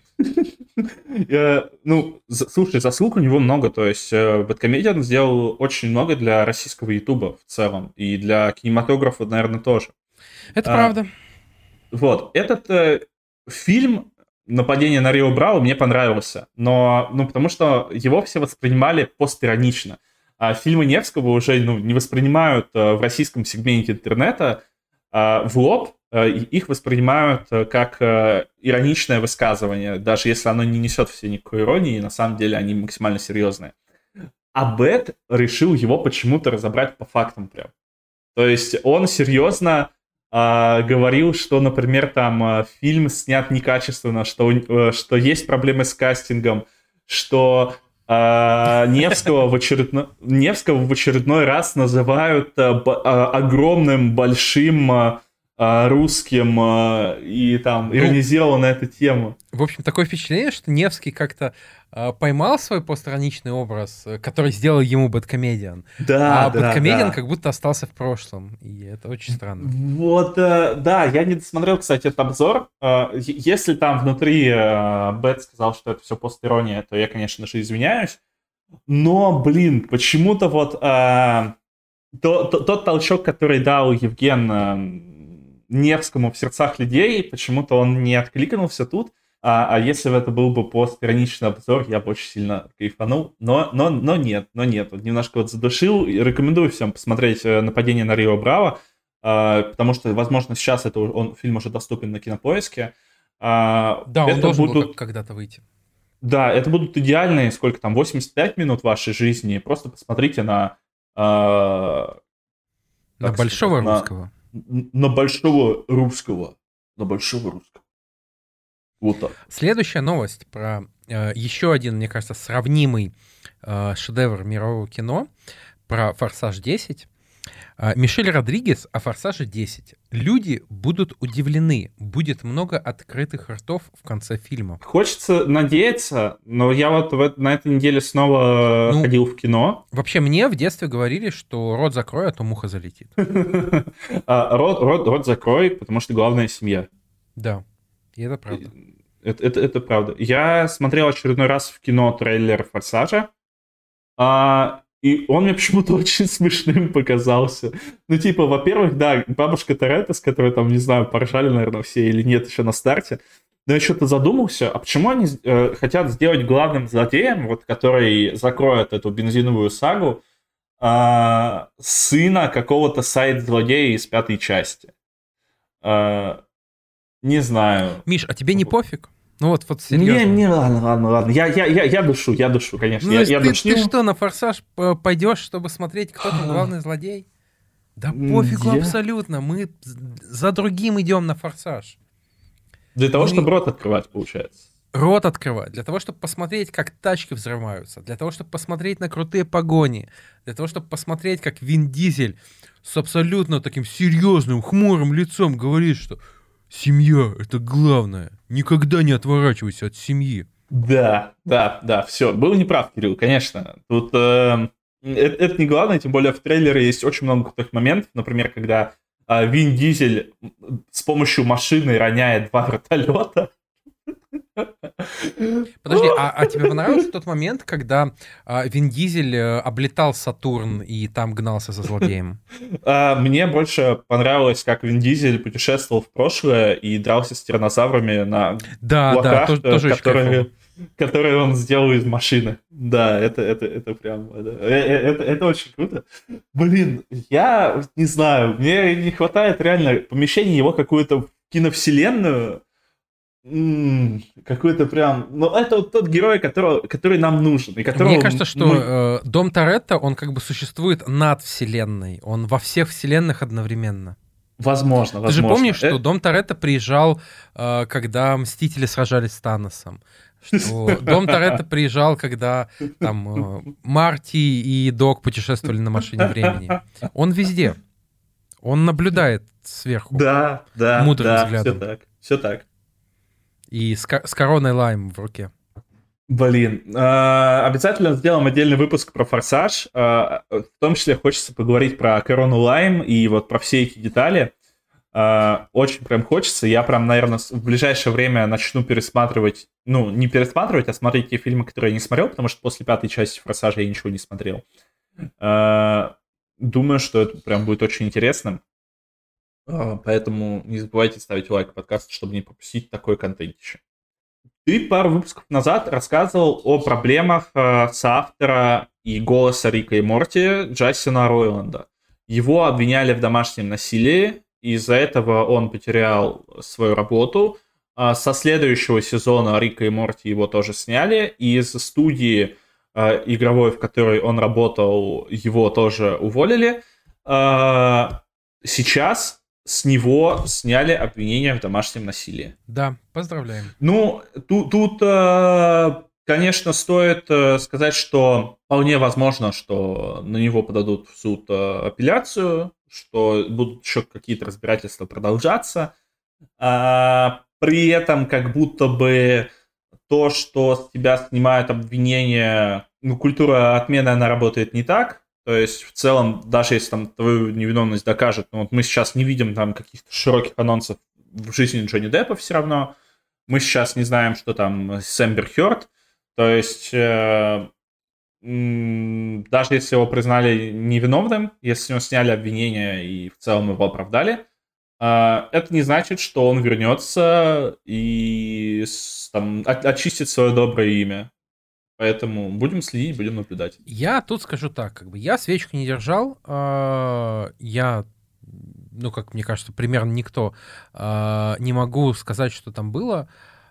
Ну, слушай, заслуг у него много, то есть Бэдкомедиан сделал очень много для российского ютуба в целом, и для кинематографа, наверное, тоже. Это правда. Вот, этот фильм «Нападение на Рио Браво» мне понравился, но, потому что его все воспринимали постиронично. А фильмы Невского уже не воспринимают в российском сегменте интернета в лоб, их воспринимают как ироничное высказывание, даже если оно не несет в себе никакой иронии, на самом деле они максимально серьезные. А Бэд решил его почему-то разобрать по фактам прям. То есть он серьезно говорил, что, например, там фильм снят некачественно, что есть проблемы с кастингом, что Невского в очередной раз называют огромным, большим русским и там иронизировал на эту тему. В общем, такое впечатление, что Невский как-то поймал свой постраничный образ, который сделал ему Бэдкомедиан. Да, Бэдкомедиан как будто остался в прошлом, и это очень странно. Вот, да, я не досмотрел, кстати, этот обзор. Если там внутри Бэд сказал, что это все постирония, то я, конечно же, извиняюсь. Но, блин, почему-то вот тот толчок, который дал Евген Невскому в сердцах людей, почему-то он не откликнулся тут. А если бы это был бы постироничный обзор, я бы очень сильно кайфанул. Но нет. Вот немножко вот задушил. Рекомендую всем посмотреть «Нападение на Рио Браво», потому что, возможно, сейчас фильм уже доступен на Кинопоиске. Да, он должен был когда-то выйти. Да, это будут идеальные, 85 минут вашей жизни. Просто посмотрите на... на большого русского. На большого русского. Круто. Следующая новость про еще один, мне кажется, сравнимый шедевр мирового кино, про «Форсаж 10». Мишель Родригес о «Форсаже 10». Люди будут удивлены. Будет много открытых ртов в конце фильма. Хочется надеяться, но я вот на этой неделе снова ходил в кино. Вообще, мне в детстве говорили, что рот закрой, а то муха залетит. Рот закрой, потому что главная семья. Да, и это правда. Это правда. Я смотрел очередной раз в кино трейлер «Форсажа», и он мне почему-то очень смешным показался. Ну, типа, во-первых, да, бабушка Торетто, с которой там, не знаю, поржали, наверное, все или нет еще на старте. Но я что-то задумался, а почему они хотят сделать главным злодеем, вот, который закроет эту бензиновую сагу, сына какого-то сайт-злодея из 5-й части? Не знаю. Миш, а тебе не пофиг? Ну вот серьезно. Не, ладно. Я душу, конечно. Ну, я ты что, на «Форсаж» пойдешь, чтобы смотреть, кто там главный злодей? Да пофигу абсолютно. Мы за другим идем на «Форсаж». Для того, чтобы рот открывать, получается. Рот открывать. Для того, чтобы посмотреть, как тачки взрываются. Для того, чтобы посмотреть на крутые погони. Для того, чтобы посмотреть, как Вин Дизель с абсолютно таким серьезным, хмурым лицом говорит, что семья — это главное. Никогда не отворачивайся от семьи. Да, все. Был неправ, Кирилл, конечно. Тут это не главное, тем более в трейлере есть очень много крутых моментов. Например, когда Вин Дизель с помощью машины роняет 2 вертолета. Подожди, а тебе понравился тот момент, когда Вин Дизель облетал Сатурн и там гнался за злодеем? Мне больше понравилось, как Вин Дизель путешествовал в прошлое и дрался с тираннозаврами на блоках, которые он сделал из машины. Да, это прям... Это очень круто. Блин, я не знаю, мне не хватает реально помещения его какую-то киновселенную, какой-то прям... Ну, это вот тот герой, который нам нужен. И Мне кажется, что Дом Торетто, он как бы существует над вселенной. Он во всех вселенных одновременно. Возможно. Ты же помнишь, что Дом Торетто приезжал, когда Мстители сражались с Таносом? Что Дом Торетто приезжал, когда там Марти и Док путешествовали на машине времени. Он везде. Он наблюдает сверху. Да, мудрым взглядом. Все так. И с короной лайм в руке. Блин, обязательно сделаем отдельный выпуск про «Форсаж». В том числе хочется поговорить про корону лайм и вот про все эти детали. Очень прям хочется. Я прям, наверное, в ближайшее время начну пересматривать, ну, не пересматривать, а смотреть те фильмы, которые я не смотрел, потому что после 5-й части «Форсажа» я ничего не смотрел. Думаю, что это прям будет очень интересным. Поэтому не забывайте ставить лайк подкасту, чтобы не пропустить такой контентище. Ты пару выпусков назад рассказывал о проблемах соавтора и голоса Рика и Морти Джастина Ройланда. Его обвиняли в домашнем насилии, и из-за этого он потерял свою работу. Со следующего сезона Рика и Морти его тоже сняли, и из студии игровой, в которой он работал, его тоже уволили. Сейчас с него сняли обвинения в домашнем насилии. Да, поздравляем. Ну, тут конечно, стоит сказать, что вполне возможно, что на него подадут в суд апелляцию, что будут еще какие-то разбирательства продолжаться. При этом как будто бы то, что с тебя снимают обвинения, ну, культура отмены, она работает не так. То есть, в целом, даже если там твою невиновность докажут, ну, вот мы сейчас не видим там каких-то широких анонсов в жизни Джонни Деппа все равно. Мы сейчас не знаем, что там с Эмбер Хёрд. То есть, даже если его признали невиновным, если с него сняли обвинения и в целом его оправдали, это не значит, что он вернется и там, очистит свое доброе имя. Поэтому будем следить, будем наблюдать. Я тут скажу так, как бы я свечку не держал, я, ну, как мне кажется, примерно никто, не могу сказать, что там было.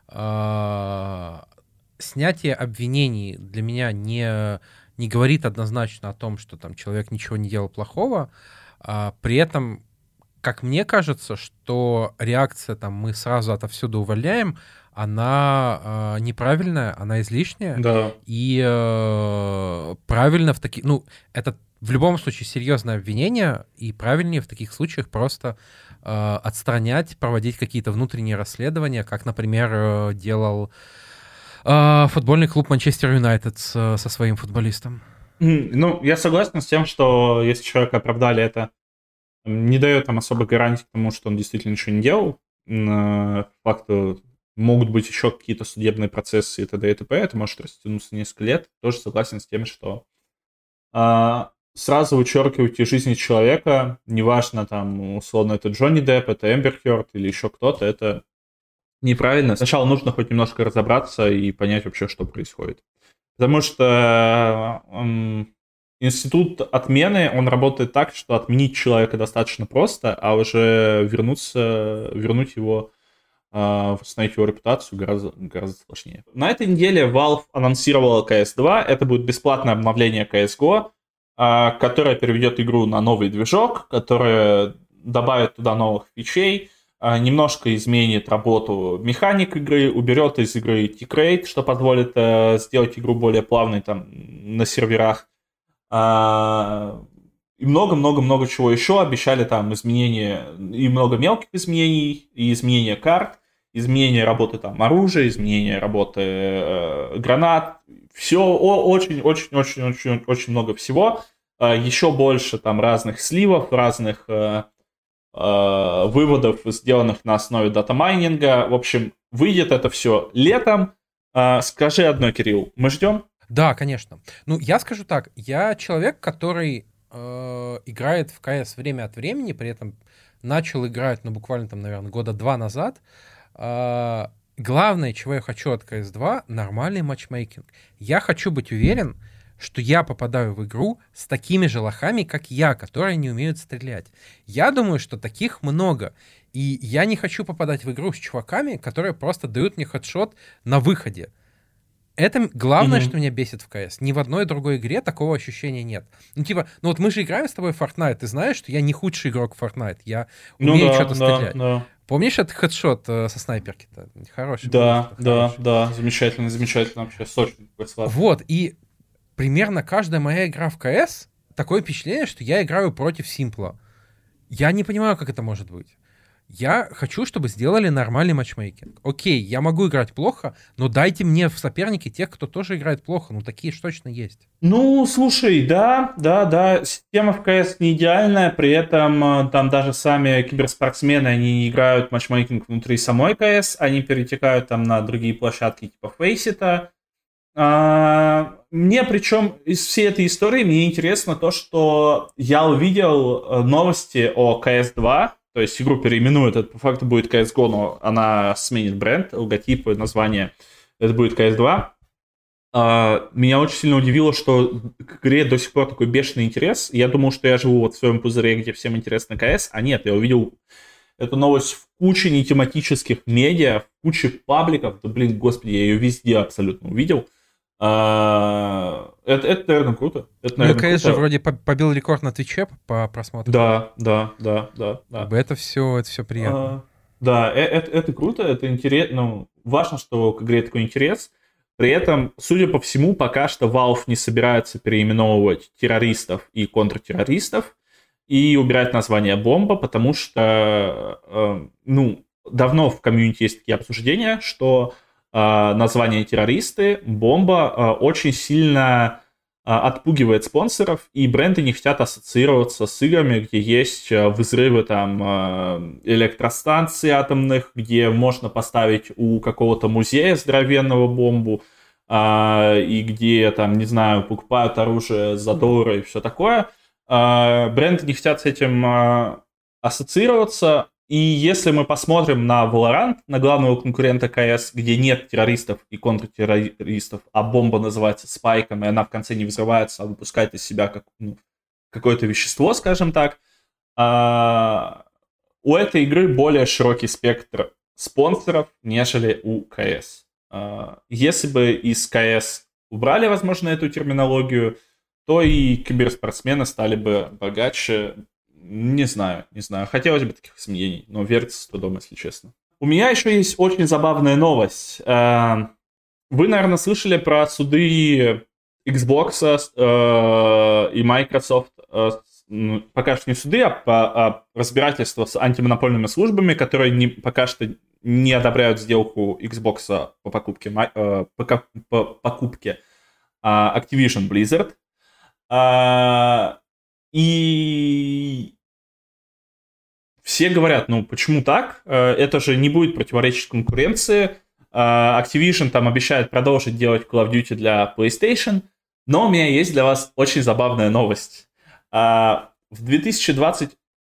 Снятие обвинений для меня не говорит однозначно о том, что там человек ничего не делал плохого. При этом, как мне кажется, что реакция там «мы сразу отовсюду увольняем», она неправильная, она излишняя. Да. И правильно в таких... Ну, это в любом случае серьезное обвинение, и правильнее в таких случаях просто отстранять, проводить какие-то внутренние расследования, как, например, делал футбольный клуб Манчестер Юнайтед со своим футболистом. Ну, я согласен с тем, что если человека оправдали, это не дает там особой гарантии к тому, что он действительно ничего не делал. По факту могут быть еще какие-то судебные процессы и т.д. и т.п. Это может растянуться несколько лет. Тоже согласен с тем, что сразу вычеркивайте из жизни человека, неважно, там, условно, это Джонни Депп, это Эмбер Хёрд или еще кто-то, это неправильно. Сначала нужно хоть немножко разобраться и понять вообще, что происходит. Потому что институт отмены, он работает так, что отменить человека достаточно просто, а уже вернуть его, восстановить его репутацию гораздо сложнее. На этой неделе Valve анонсировала CS2. Это будет бесплатное обновление CSGO, которое переведет игру на новый движок, которое добавит туда новых фичей, немножко изменит работу механик игры, уберет из игры тикрейт, что позволит сделать игру более плавной там на серверах. И много-много-много чего еще. Обещали там изменения, и много мелких изменений, и изменения карт, изменения работы там оружия, изменения работы гранат. Все очень-очень-очень-очень много всего. Еще больше там разных сливов, разных выводов, сделанных на основе дата-майнинга. В общем, выйдет это все летом. Скажи одно, Кирилл, мы ждем? Да, конечно. Ну, я скажу так, я человек, который играет в КС время от времени, при этом начал играть, ну, буквально там, наверное, года 2 назад. Главное, чего я хочу от CS2, нормальный матчмейкинг. Я хочу быть уверен, что я попадаю в игру с такими же лохами, как я, которые не умеют стрелять. Я думаю, что таких много. И я не хочу попадать в игру с чуваками, которые просто дают мне хедшот на выходе. Это главное, что меня бесит в КС. Ни в одной другой игре такого ощущения нет. Ну, типа, ну вот мы же играем с тобой в Fortnite, ты знаешь, что я не худший игрок в Fortnite, я умею что-то стрелять. Да. Помнишь этот хедшот со снайперки-то? Хороший. Да, замечательно, вообще, сочный такой сладкий. Вот, и примерно каждая моя игра в КС такое впечатление, что я играю против Симпла. Я не понимаю, как это может быть. Я хочу, чтобы сделали нормальный матчмейкинг. Окей, я могу играть плохо, но дайте мне в соперники тех, кто тоже играет плохо. Ну, такие же точно есть. Ну, слушай, да. Система в КС не идеальная, при этом там даже сами киберспортсмены, они не играют матчмейкинг внутри самой КС, они перетекают там на другие площадки типа Фейсита. Мне, причем, из всей этой истории, мне интересно то, что я увидел новости о CS2, то есть игру переименуют, это по факту будет CSGO, но она сменит бренд, логотип, название, это будет CS2. Меня очень сильно удивило, что к игре до сих пор такой бешеный интерес. Я думал, что я живу вот в своем пузыре, где всем интересно CS, а нет, я увидел эту новость в куче нетематических медиа, в куче пабликов, да блин, господи, я ее везде абсолютно увидел. Это, наверное, круто. Ну, КС же вроде побил рекорд на Твиче по просмотру. Да. Это все приятно. Да, это круто, это интересно. Ну, важно, что к игре такой интерес. При этом, судя по всему, пока что Valve не собирается переименовывать террористов и контртеррористов и убирать название бомба, потому что, давно в комьюнити есть такие обсуждения, что название террористы, бомба очень сильно отпугивает спонсоров, и бренды не хотят ассоциироваться с играми, где есть взрывы там электростанций атомных, где можно поставить у какого-то музея здоровенного бомбу, и где там, не знаю, покупают оружие за доллары и все такое. Бренды не хотят с этим ассоциироваться. И если мы посмотрим на Valorant, на главного конкурента КС, где нет террористов и контртеррористов, а бомба называется спайком, и она в конце не взрывается, а выпускает из себя какое-то вещество, скажем так, у этой игры более широкий спектр спонсоров, нежели у КС. Если бы из КС убрали, возможно, эту терминологию, то и киберспортсмены стали бы богаче. Не знаю. Хотелось бы таких изменений, но верится с трудом, если честно. У меня еще есть очень забавная новость. Вы, наверное, слышали про суды Xbox и Microsoft. Пока что не суды, а разбирательства с антимонопольными службами, которые пока что не одобряют сделку Xbox по покупке Activision Blizzard. И все говорят, ну почему так? Это же не будет противоречить конкуренции. Activision там обещает продолжить делать Call of Duty для PlayStation. Но у меня есть для вас очень забавная новость. В 2020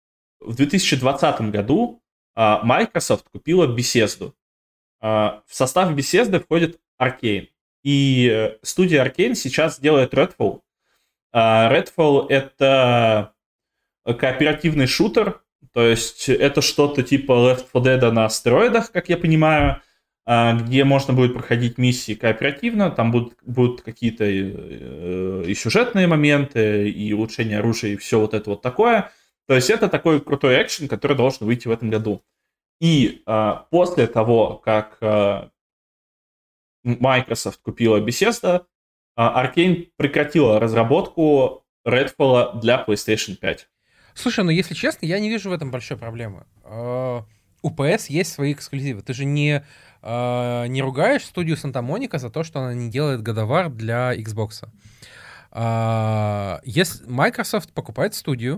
году Microsoft купила Bethesda. В состав Bethesda входит Arcane. И студия Arcane сейчас делает Redfall. Redfall — это кооперативный шутер, то есть это что-то типа Left 4 Dead на стероидах, как я понимаю, где можно будет проходить миссии кооперативно, там будут какие-то и сюжетные моменты, и улучшение оружия, и все вот это вот такое. То есть это такой крутой экшен, который должен выйти в этом году. И после того, как Microsoft купила Bethesda, Arcane прекратила разработку Redfall для PlayStation 5. Слушай, ну если честно, я не вижу в этом большой проблемы. У PS есть свои эксклюзивы. Ты же не ругаешь студию Санта-Моника за то, что она не делает God of War для Xbox. Если Microsoft покупает студию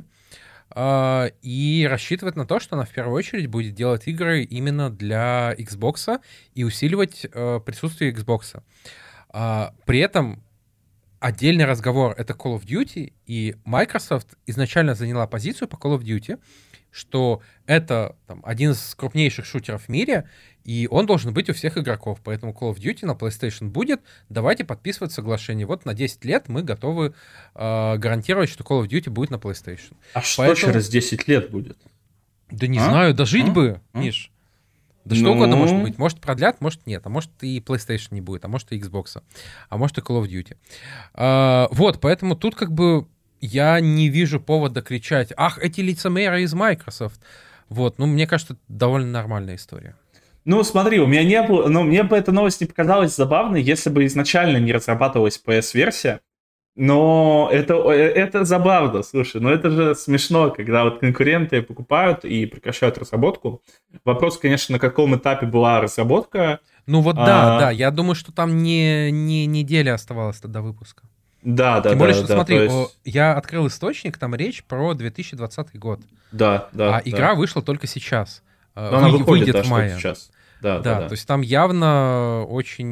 и рассчитывает на то, что она в первую очередь будет делать игры именно для Xbox и усиливать присутствие Xbox. При этом отдельный разговор — это Call of Duty, и Microsoft изначально заняла позицию по Call of Duty, что это там один из крупнейших шутеров в мире, и он должен быть у всех игроков. Поэтому Call of Duty на PlayStation будет. Давайте подписывать соглашение. Вот на 10 лет мы готовы гарантировать, что Call of Duty будет на PlayStation. А что через 10 лет будет? Да не знаю, дожить бы, Миш. Да что угодно может быть. Может продлят, может нет. А может и PlayStation не будет, а может и Xbox. А может и Call of Duty. Вот, поэтому тут как бы я не вижу повода кричать: ах, эти лицемеры из Microsoft. Вот, ну, мне кажется, это довольно нормальная история. Ну, смотри, у меня не было... Ну, мне бы эта новость не показалась забавной, если бы изначально не разрабатывалась PS-версия. Но это забавно, слушай. Но это же смешно, когда вот конкуренты покупают и прекращают разработку. Вопрос, конечно, на каком этапе была разработка. Ну вот да, я думаю, что там не неделя оставалась до выпуска. Да. Тем более, что, смотри, есть... я открыл источник, там речь про 2020 год. Да. А игра вышла только сейчас. Она выйдет в мае. Сейчас. Да, то есть там явно очень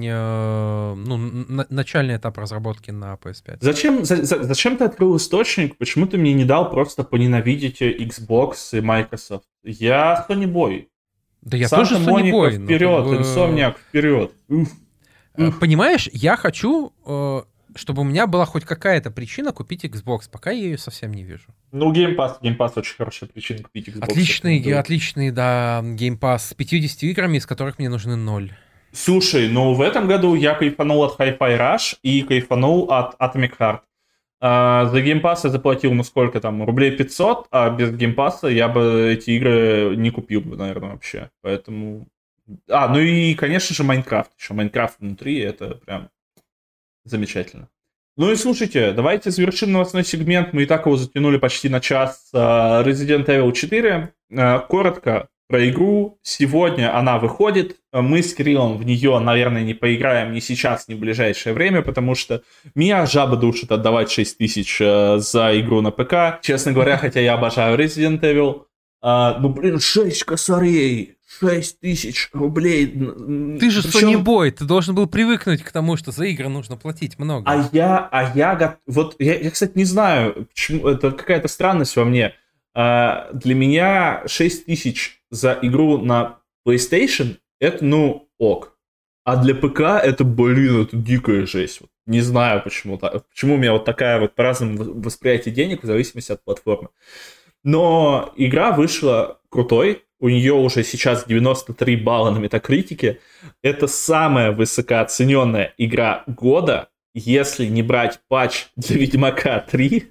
начальный этап разработки на PS5. Зачем ты открыл источник? Почему ты мне не дал просто поненавидеть Xbox и Microsoft? Я Sony Boy. Да я тоже Sony Boy. Вперед, Insomniac, вперед. Понимаешь, я хочу... чтобы у меня была хоть какая-то причина купить Xbox, пока я ее совсем не вижу. Ну, Game Pass очень хорошая причина купить Xbox. Отличный, да, Game Pass с 50 играми, из которых мне нужны 0. Слушай, ну в этом году я кайфанул от Hi-Fi Rush и кайфанул от Atomic Heart. За Game Pass я заплатил, ну сколько там, рублей 500, а без Game Pass я бы эти игры не купил бы, наверное, вообще. Поэтому... ну и, конечно же, Майнкрафт. Еще Майнкрафт внутри, это прям... замечательно. Ну и слушайте, давайте завершим новостной сегмент. Мы и так его затянули почти на час. Resident Evil 4. Коротко про игру. Сегодня она выходит. Мы с Кириллом в нее, наверное, не поиграем ни сейчас, ни в ближайшее время, потому что меня жаба душит отдавать 6 тысяч за игру на ПК. Честно говоря, хотя я обожаю Resident Evil. 6 косарей. 6 тысяч рублей. Ты же Sony Boy, ты должен был привыкнуть к тому, что за игры нужно платить много. Я, кстати, не знаю, почему, это какая-то странность во мне. Для меня 6 тысяч за игру на PlayStation, это, ок. А для ПК это, это дикая жесть. Не знаю, почему так. Почему у меня вот такая вот по-разному восприятие денег в зависимости от платформы. Но игра вышла крутой. У нее уже сейчас 93 балла на Метакритике. Это самая высокооцененная игра года. если не брать патч для Ведьмака 3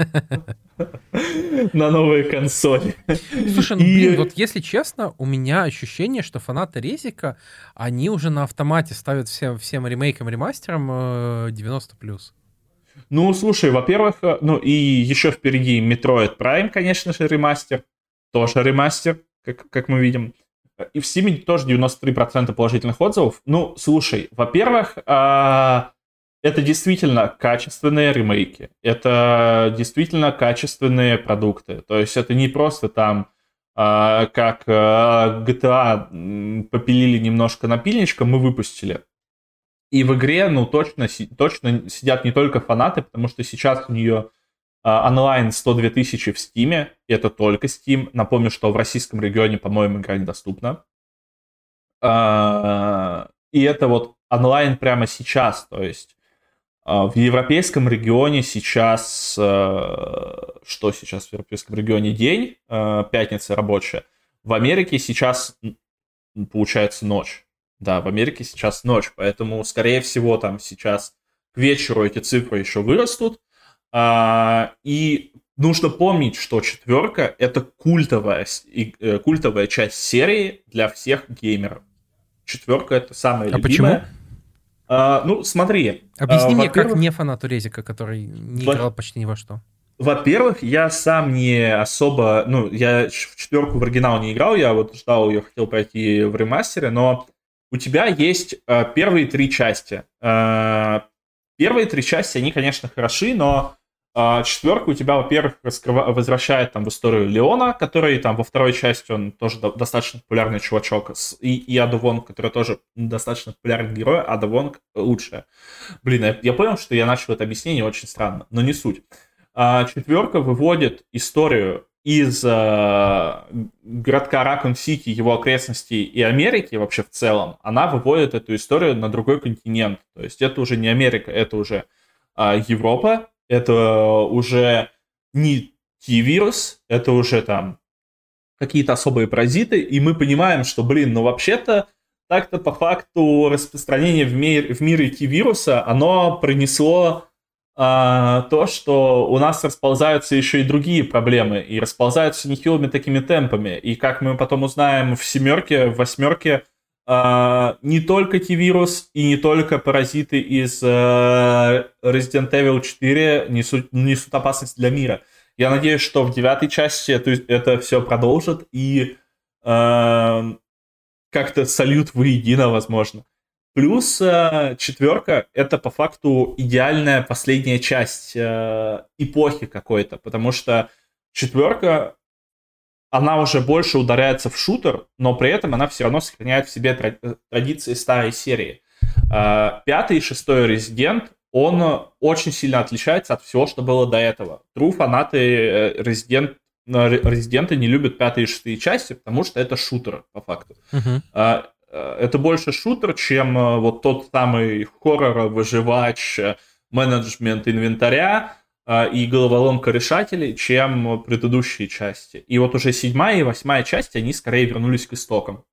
на новые консоли. Слушай, ну блин, вот если честно, у меня ощущение, что фанаты Резика, они уже на автомате ставят всем ремейкам, ремастерам 90+. Ну, слушай, во-первых, ну и еще впереди Metroid Prime, конечно же, ремастер. Тоже ремастер, как мы видим. И в Steam тоже 93% положительных отзывов. Ну, слушай, во-первых, это действительно качественные ремейки. Это действительно качественные продукты. То есть это не просто там, как GTA попилили немножко напильничком, мы выпустили. И в игре, ну, точно сидят не только фанаты, потому что сейчас у нее онлайн 102 тысячи в Steam, и это только Steam. Напомню, что в российском регионе, по-моему, игра недоступна. И это вот онлайн прямо сейчас, то есть в европейском регионе сейчас... Что сейчас в европейском регионе? День, пятница рабочая. В Америке сейчас, получается, ночь. Да, в Америке сейчас ночь, поэтому, скорее всего, там сейчас к вечеру эти цифры еще вырастут. И нужно помнить, что 4 — это культовая часть серии для всех геймеров. 4 — это самая любимая. Почему? Ну, смотри. Объясни мне, как не фанату Резика, который не играл почти ни во что. Во-первых, я сам не особо... Ну, я в 4 в оригинал не играл, я вот ждал ее, хотел пройти в ремастере, но у тебя есть первые 3 части. Первые 3 части, они, конечно, хороши, но 4 у тебя, во-первых, возвращает там в историю Леона, который там во 2 части, он тоже достаточно популярный чувачок, и Ада Вонг, который тоже достаточно популярный герой, Ада Вонг лучшая. Блин, я понял, что я начал это объяснение очень странно, но не суть. 4 выводит историю из городка Ракун-Сити, его окрестностей и Америки вообще в целом. Она выводит эту историю на другой континент. То есть это уже не Америка, это уже Европа, это уже не T-вирус, это уже там какие-то особые паразиты, и мы понимаем, что, блин, ну вообще-то так-то по факту распространение в мире T-вируса, оно принесло то, что у нас расползаются еще и другие проблемы, и расползаются нехилыми такими темпами. И как мы потом узнаем в 7, в 8, не только T-вирус и не только паразиты из Resident Evil 4 несут опасность для мира. Я надеюсь, что в 9 части это все продолжит, и как-то сольют воедино, возможно. Плюс 4 — это по факту идеальная последняя часть эпохи какой-то, потому что 4, она уже больше ударяется в шутер, но при этом она все равно сохраняет в себе традиции старой серии. 5 и 6 Resident, он очень сильно отличается от всего, что было до этого. True фанаты Resident не любят 5 и 6 части, потому что это шутер, по факту. Это больше шутер, чем вот тот самый хоррор, выживач, менеджмент инвентаря и головоломка решателей, чем предыдущие части. И вот уже 7 и 8 части, они скорее вернулись к истокам.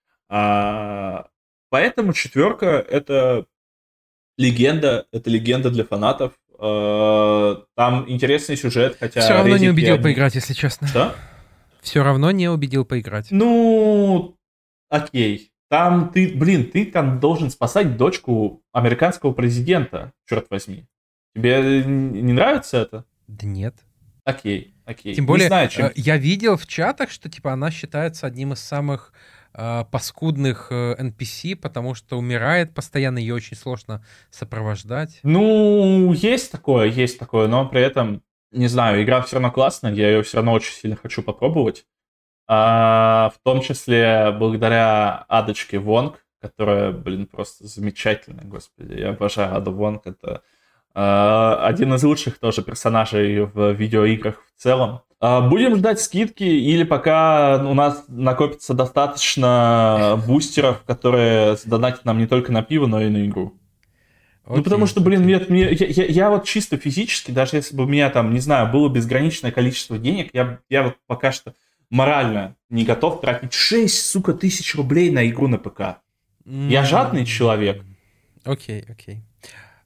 Поэтому 4 — это легенда для фанатов. Там интересный сюжет, хотя... Все равно не убедил поиграть, если честно. Что? Все равно не убедил поиграть. Ну, окей. Там ты там должен спасать дочку американского президента, черт возьми. Тебе не нравится это? Да нет. Окей. Тем более, я видел в чатах, что типа она считается одним из самых паскудных NPC, потому что умирает постоянно, ее очень сложно сопровождать. Ну, есть такое, но при этом, не знаю, игра все равно классная, я ее все равно очень сильно хочу попробовать. В том числе благодаря Адочке Вонг, которая, блин, просто замечательная, господи. Я обожаю Аду Вонг. Это один из лучших тоже персонажей в видеоиграх в целом. Будем ждать скидки, или пока у нас накопится достаточно бустеров, которые задонатят нам не только на пиво, но и на игру. Ну, потому что, блин, я вот чисто физически, даже если бы у меня там, не знаю, было безграничное количество денег, я вот пока что морально не готов тратить 6, тысяч рублей на игру на ПК. Я жадный человек. Окей.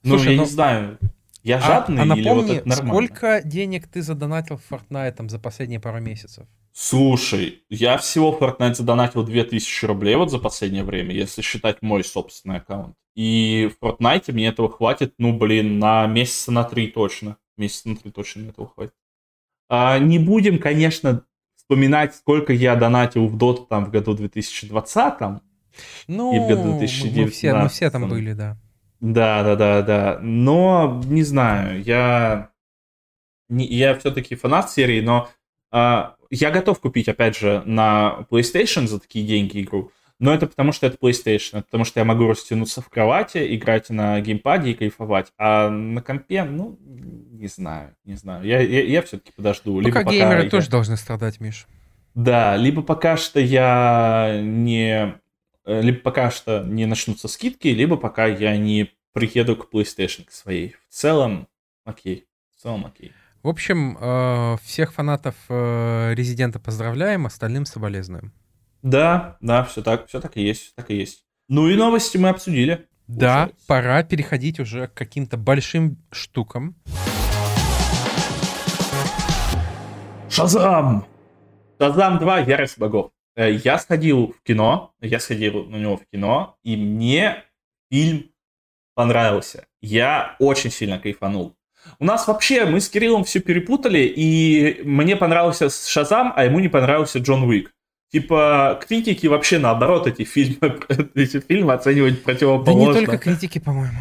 Ну, Слушай, я не знаю, я жадный или вот напомни, это нормально? сколько денег ты задонатил в Fortnite там, за последние пару месяцев? Слушай, я всего в Fortnite задонатил 2000 рублей вот за последнее время, если считать мой собственный аккаунт. И в Fortnite мне этого хватит, ну, блин, на месяца на 3 точно. Месяца на 3 точно мне этого хватит. Не будем, конечно, вспоминать, сколько я донатил в Dota там в году 2020 и в году Ну, мы все 2019. там были, да. Да. Но, не знаю, я все-таки фанат серии, но я готов купить, опять же, на PlayStation за такие деньги игру. Но это потому, что это PlayStation. Это потому, что я могу растянуться в кровати, играть на геймпаде и кайфовать. А на компе, ну, не знаю. Я все-таки подожду. Пока геймеры тоже должны страдать, Миш. Да, либо пока что я не... Либо пока что не начнутся скидки, либо пока я не приеду к PlayStation к своей. В целом, окей. В общем, всех фанатов Резидента поздравляем, остальным соболезнуем. Да, все так и есть. Ну и новости мы обсудили. Да, получается. Пора переходить уже к каким-то большим штукам. Шазам 2. Ярость богов. Я сходил на него в кино, и мне фильм понравился. Я очень сильно кайфанул. У нас вообще, мы с Кириллом все перепутали, и мне понравился Шазам, а ему не понравился Джон Уик. Типа, критики вообще наоборот эти фильмы оценивают противоположно. Да не только критики, по-моему.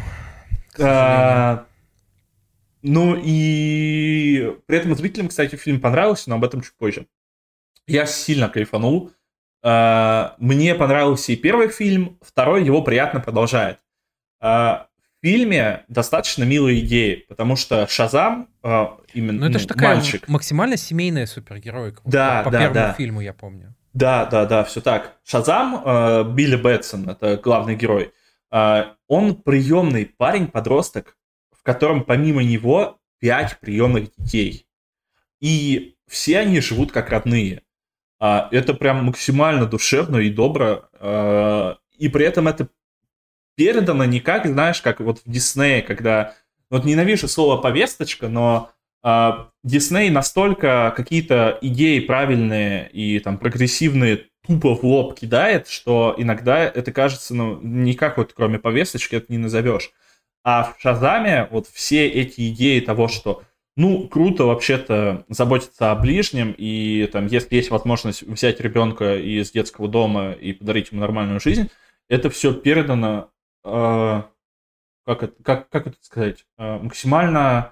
Ну и при этом зрителям, кстати, фильм понравился, но об этом чуть позже. Я сильно кайфанул. Мне понравился и первый фильм, второй его приятно продолжает. В фильме достаточно милые идеи, потому что Шазам именно это же такая мальчик. Максимально семейная супергеройка. Да, по первому фильму, я помню. Да, все так. Шазам, Билли Бэтсон, это главный герой, он приемный парень-подросток, в котором помимо него 5 приемных детей. И все они живут как родные. Это прям максимально душевно и добро. И при этом это передано не как, знаешь, как вот в Диснее, когда... Вот ненавижу слово «повесточка», но Дисней настолько какие-то идеи правильные и там прогрессивные тупо в лоб кидает, что иногда это кажется, ну, никак вот кроме повесточки это не назовешь. А в Шазаме вот все эти идеи того, что ну, круто вообще-то заботиться о ближнем, и там, если есть возможность взять ребенка из детского дома и подарить ему нормальную жизнь, это все передано, как это сказать, максимально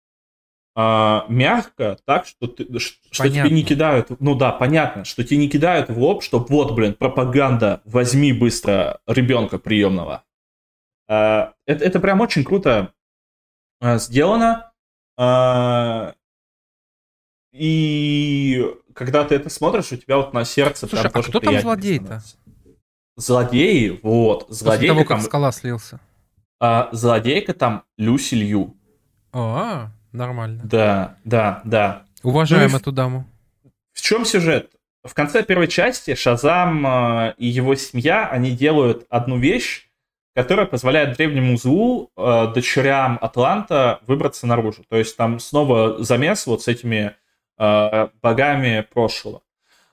мягко, так, что тебе не кидают, ну да, понятно, что тебе не кидают в лоб, что вот, блин, пропаганда, возьми быстро ребенка приемного. Это прям очень круто сделано. И когда ты это смотришь, у тебя вот на сердце... Слушай, а кто там злодей-то? Злодеи, вот. После того, как Скала слился. Злодейка там Люси Лью. Нормально. Да. Уважаем эту даму. В чем сюжет? В конце первой части Шазам и его семья, они делают одну вещь, которая позволяет древнему злу, дочерям Атланта, выбраться наружу. То есть там снова замес вот с этими богами прошлого.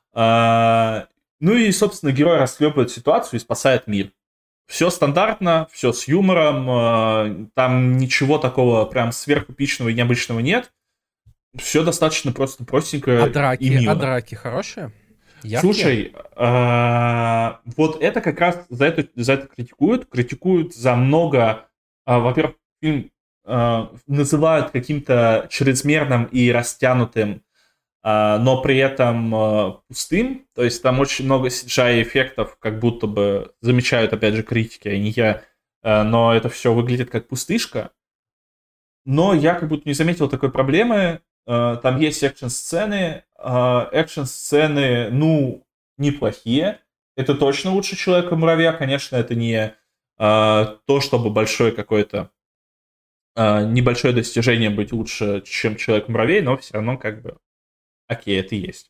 Ну и, собственно, герой расхлебывает ситуацию и спасает мир. Все стандартно, все с юмором, там ничего такого прям сверхэпичного и необычного нет. Все достаточно просто простенько и мило. А драки хорошие? Яркие? Слушай, вот это как раз за это критикуют за много. Во-первых, фильм называют каким-то чрезмерным и растянутым, но при этом пустым. То есть там очень много CGI-эффектов, как будто бы замечают, опять же, критики, а не я. Но это все выглядит как пустышка. Но я как будто не заметил такой проблемы. Там есть экшн-сцены. Экшн-сцены, ну, неплохие. Это точно лучше Человека-муравья. Конечно, это не то, чтобы большое какое-то небольшое достижение быть лучше, чем Человек-муравей, но все равно как бы окей, это есть.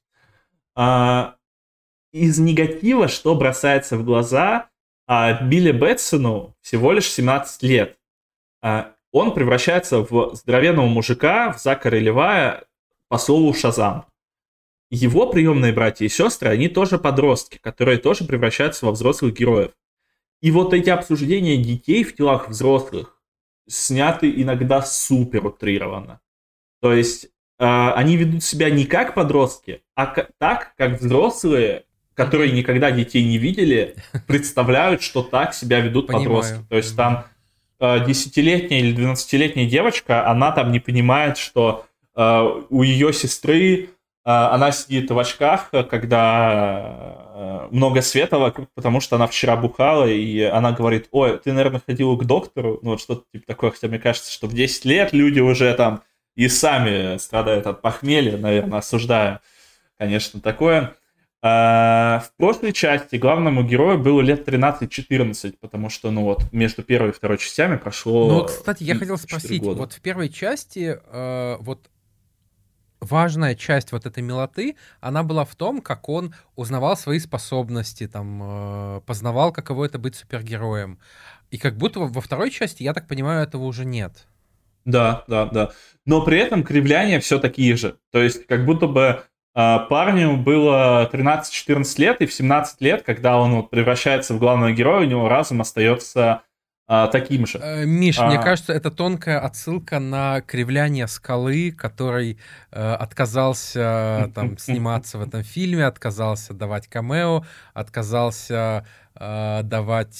Из негатива, что бросается в глаза, Билли Бэтсону всего лишь 17 лет. он превращается в здоровенного мужика, в Закари Левая по слову Шазам. Его приемные братья и сестры, они тоже подростки, которые тоже превращаются во взрослых героев. И вот эти обсуждения детей в телах взрослых сняты иногда супер утрированно. То есть они ведут себя не как подростки, а так, как взрослые, которые никогда детей не видели, представляют, что так себя ведут подростки. То есть там 10-летняя или 12-летняя девочка, она там не понимает, что у ее сестры она сидит в очках, когда много света вокруг, потому что она вчера бухала, и она говорит: ой, ты, наверное, ходила к доктору, ну вот что-то типа такое, хотя мне кажется, что в 10 лет люди уже там и сами страдают от похмелья, наверное, осуждаю, конечно, такое. В прошлой части главному герою было лет 13-14, потому что, ну вот, между первой и второй частями прошло. Ну, кстати, я хотел спросить, вот в первой части, вот важная часть вот этой милоты, она была в том, как он узнавал свои способности, там, познавал, каково это быть супергероем. И как будто во второй части, я так понимаю, этого уже нет. Да. Но при этом кривляния все такие же. То есть, как будто бы парню было 13-14 лет, и в 17 лет, когда он вот превращается в главного героя, у него разум остается таким же. Миш, мне кажется, это тонкая отсылка на кривляние Скалы, который отказался там сниматься в этом фильме, отказался давать камео, отказался давать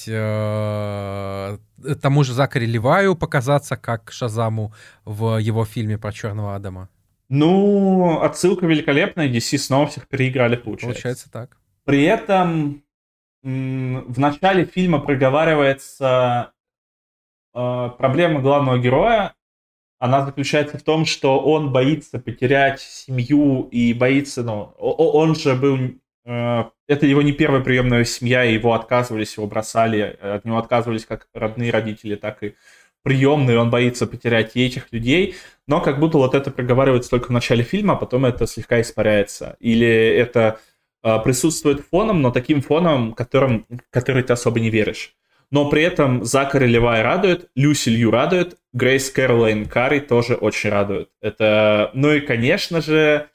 тому же Закари Леваю показаться как Шазаму в его фильме про Черного Адама. Ну, отсылка великолепная, DC снова всех переиграли, получается. Получается так. При этом в начале фильма проговаривается проблема главного героя. Она заключается в том, что он боится потерять семью и боится, ну, он же был... Это его не первая приемная семья, и его отказывались, его бросали, от него отказывались как родные родители, так и приемные, он боится потерять и этих людей, но как будто вот это проговаривается только в начале фильма, а потом это слегка испаряется. Или это присутствует фоном, но таким фоном, который ты особо не веришь. Но при этом Закари Левай радует, Люси Лью радует, Грейс Кэролайн Карри тоже очень радует. Это, ну и, конечно же,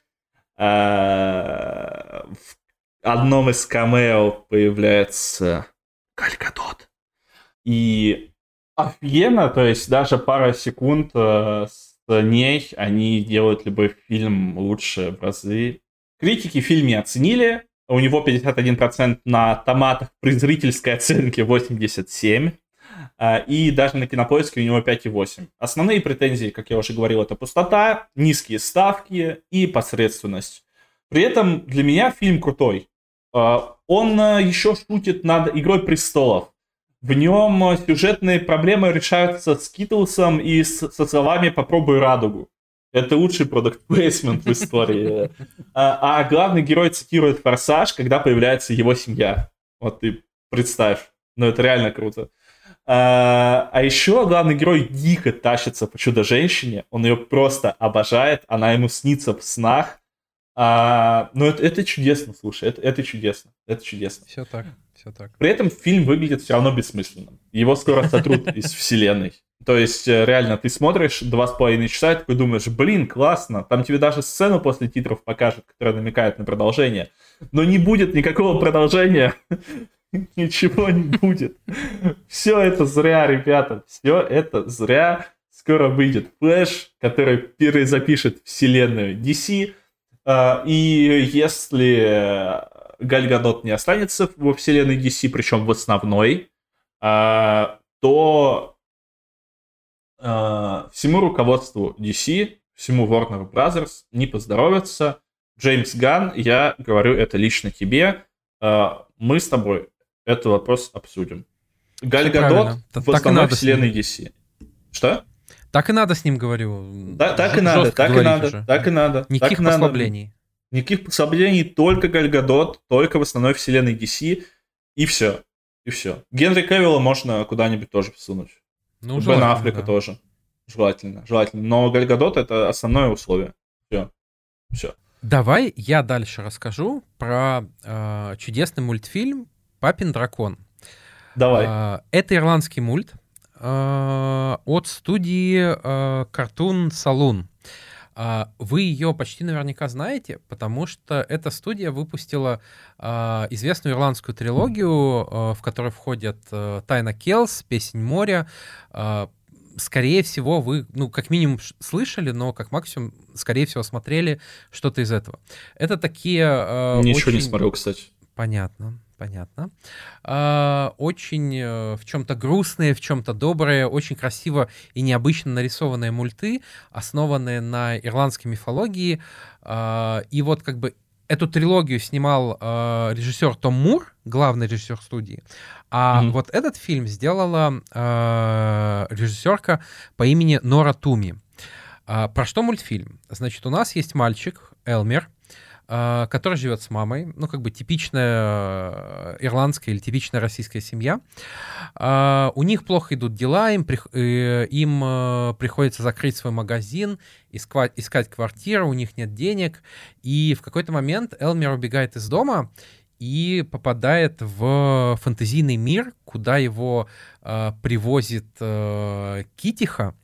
в одном из камео появляется Галь Гадот. И офигенно, то есть даже пара секунд с ней, они делают любой фильм лучше в разы. Критики фильм не оценили. У него 51% на томатах, при зрительской оценке 87%. И даже на Кинопоиске у него 5,8. Основные претензии, как я уже говорил, это пустота, низкие ставки и посредственность. При этом для меня фильм крутой. Он еще шутит над «Игрой престолов». В нем сюжетные проблемы решаются Скитлсом и со словами «попробуй радугу». Это лучший продакт-плейсмент в истории. А главный герой цитирует «Форсаж», когда появляется его семья. Вот ты представь. Ну, это реально круто. А еще главный герой дико тащится по Чудо-женщине. Он ее просто обожает. Она ему снится в снах. Ну, это чудесно, слушай. Это чудесно. Это чудесно. Все так. При этом фильм выглядит все равно бессмысленным. Его скоро сотрут из вселенной. То есть, реально, ты смотришь 2,5 часа и такой думаешь: блин, классно. Там тебе даже сцену после титров покажут, которая намекает на продолжение. Но не будет никакого продолжения. Ничего не будет. Все это зря, ребята. Все это зря. Скоро выйдет Флэш, который перезапишет вселенную DC. И если Галь Гадот не останется во вселенной DC, причем в основной, то всему руководству DC, всему Warner Brothers не поздоровится. Джеймс Ганн, я говорю это лично тебе, мы с тобой этот вопрос обсудим. Галь Гадот в основной вселенной DC. Что? Так и надо с ним, говорю. Так и надо. Никаких послаблений. Никаких послаблений, только Галь Гадот, только в основной вселенной DC, и все. Генри Кевилла можно куда-нибудь тоже всунуть. Ну, Бен Аффлека тоже. Желательно. Но Галь Гадот — это основное условие. Все. Давай я дальше расскажу про чудесный мультфильм «Папин дракон». Давай. Это ирландский мульт. от студии Cartoon Saloon. Вы ее почти наверняка знаете, потому что эта студия выпустила известную ирландскую трилогию, в которой входят «Тайна Келс», «Песнь моря». Скорее всего, вы, как минимум слышали, но как максимум, скорее всего, смотрели что-то из этого. Это такие... Ничего не смотрел, кстати. Понятно. Очень в чем-то грустные, в чем-то добрые, очень красиво и необычно нарисованные мульты, основанные на ирландской мифологии. И вот как бы эту трилогию снимал режиссер Том Мур, главный режиссер студии, вот этот фильм сделала режиссерка по имени Нора Туми. Про что мультфильм? Значит, у нас есть мальчик Элмер, который живет с мамой, как бы типичная ирландская или типичная российская семья. У них плохо идут дела, им приходится закрыть свой магазин, искать квартиру, у них нет денег, и в какой-то момент Элмер убегает из дома и попадает в фэнтезийный мир, куда его привозит Китиха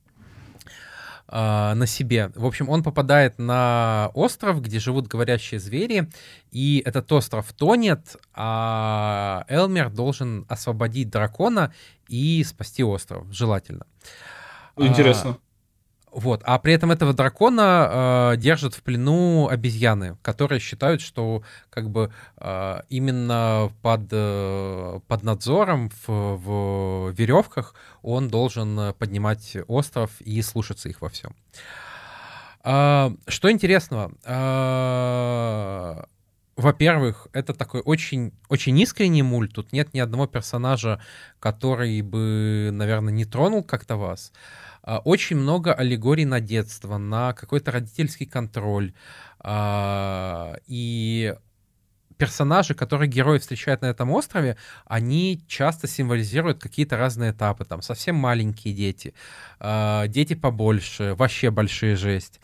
на себе. В общем, он попадает на остров, где живут говорящие звери, и этот остров тонет, а Элмер должен освободить дракона и спасти остров, желательно. Интересно. А при этом этого дракона держат в плену обезьяны, которые считают, что как бы именно под надзором в веревках он должен поднимать остров и слушаться их во всем. Что интересного? Во-первых, это такой очень, очень искренний мульт. Тут нет ни одного персонажа, который бы, наверное, не тронул как-то вас. Очень много аллегорий на детство, на какой-то родительский контроль. И персонажи, которые герои встречают на этом острове, они часто символизируют какие-то разные этапы. Там совсем маленькие дети, дети побольше, вообще большие жесть.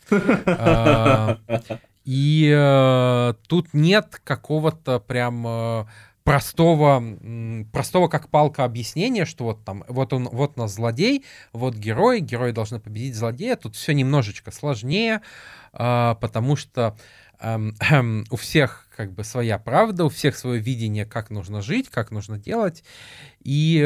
И тут нет какого-то прям простого как палка объяснения, что вот у нас злодей, вот герои должны победить злодея. Тут все немножечко сложнее, потому что у всех как бы своя правда, у всех свое видение, как нужно жить, как нужно делать. И,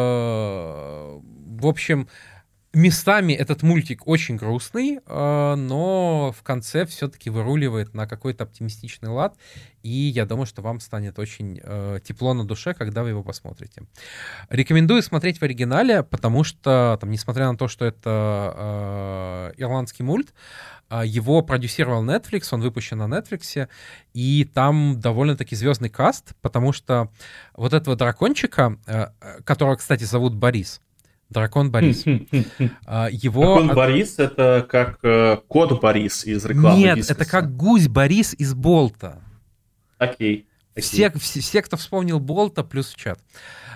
в общем, местами этот мультик очень грустный, но в конце все-таки выруливает на какой-то оптимистичный лад, и я думаю, что вам станет очень тепло на душе, когда вы его посмотрите. Рекомендую смотреть в оригинале, потому что, несмотря на то, что это ирландский мульт, его продюсировал Netflix, он выпущен на Netflix, и там довольно-таки звездный каст, потому что вот этого дракончика, которого, кстати, зовут Борис, Дракон Борис. Дракон Борис — это как кот Борис из рекламы. Нет, Вискаса. это как гусь Борис из Болта. Окей. Все, кто вспомнил Болта, плюс в чат.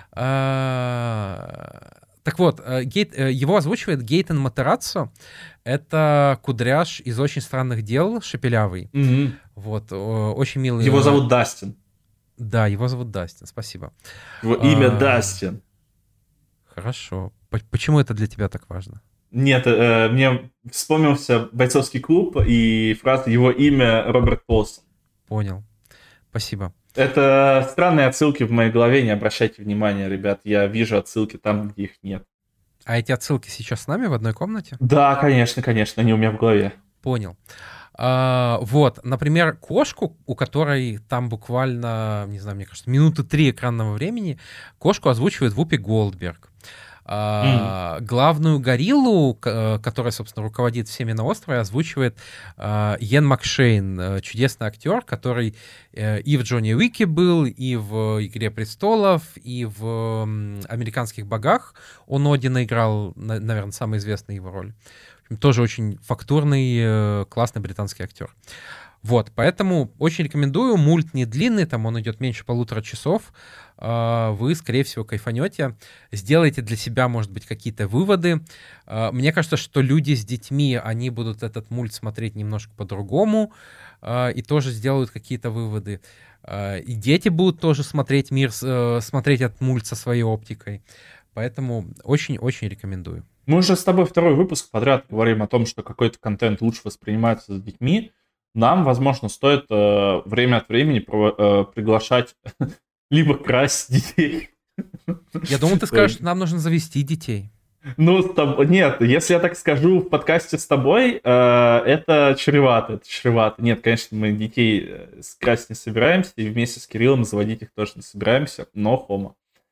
Так вот, его озвучивает Гейтон Матераццо. Это кудряш из «Очень странных дел», шепелявый. Вот, очень милый. Его зовут Дастин. Да, его зовут Дастин, спасибо. Его имя Дастин. Хорошо. Почему это для тебя так важно? Нет, мне вспомнился «Бойцовский клуб» и фраза «Его имя Роберт Полсон». Понял. Спасибо. Это странные отсылки в моей голове, не обращайте внимания, ребят. Я вижу отсылки там, где их нет. А эти отсылки сейчас с нами в одной комнате? Да, конечно, они у меня в голове. Понял. Вот, например, кошку, у которой там буквально, не знаю, мне кажется, минуты 3 экранного времени, кошку озвучивает Вупи Голдберг. Главную гориллу, которая, собственно, руководит всеми на острове, озвучивает Йен Макшейн, чудесный актер, который и в «Джонни Уике» был, и в «Игре престолов», и в «Американских богах». Он Одина играл, наверное, самая известная его роль. Тоже очень фактурный, классный британский актер. Вот, поэтому очень рекомендую. Мульт не длинный, там он идет меньше 1,5 часов. Вы, скорее всего, кайфанете. Сделайте для себя, может быть, какие-то выводы. Мне кажется, что люди с детьми, они будут этот мульт смотреть немножко по-другому и тоже сделают какие-то выводы. И дети будут тоже смотреть этот мульт со своей оптикой. Поэтому очень-очень рекомендую. Мы уже с тобой второй выпуск подряд говорим о том, что какой-то контент лучше воспринимается с детьми. Нам, возможно, стоит время от времени приглашать либо красть детей. Я думал, ты скажешь, что нам нужно завести детей. Ну, нет, если я так скажу в подкасте с тобой, это чревато, Нет, конечно, мы детей красть не собираемся, и вместе с Кириллом заводить их тоже не собираемся, но хомо.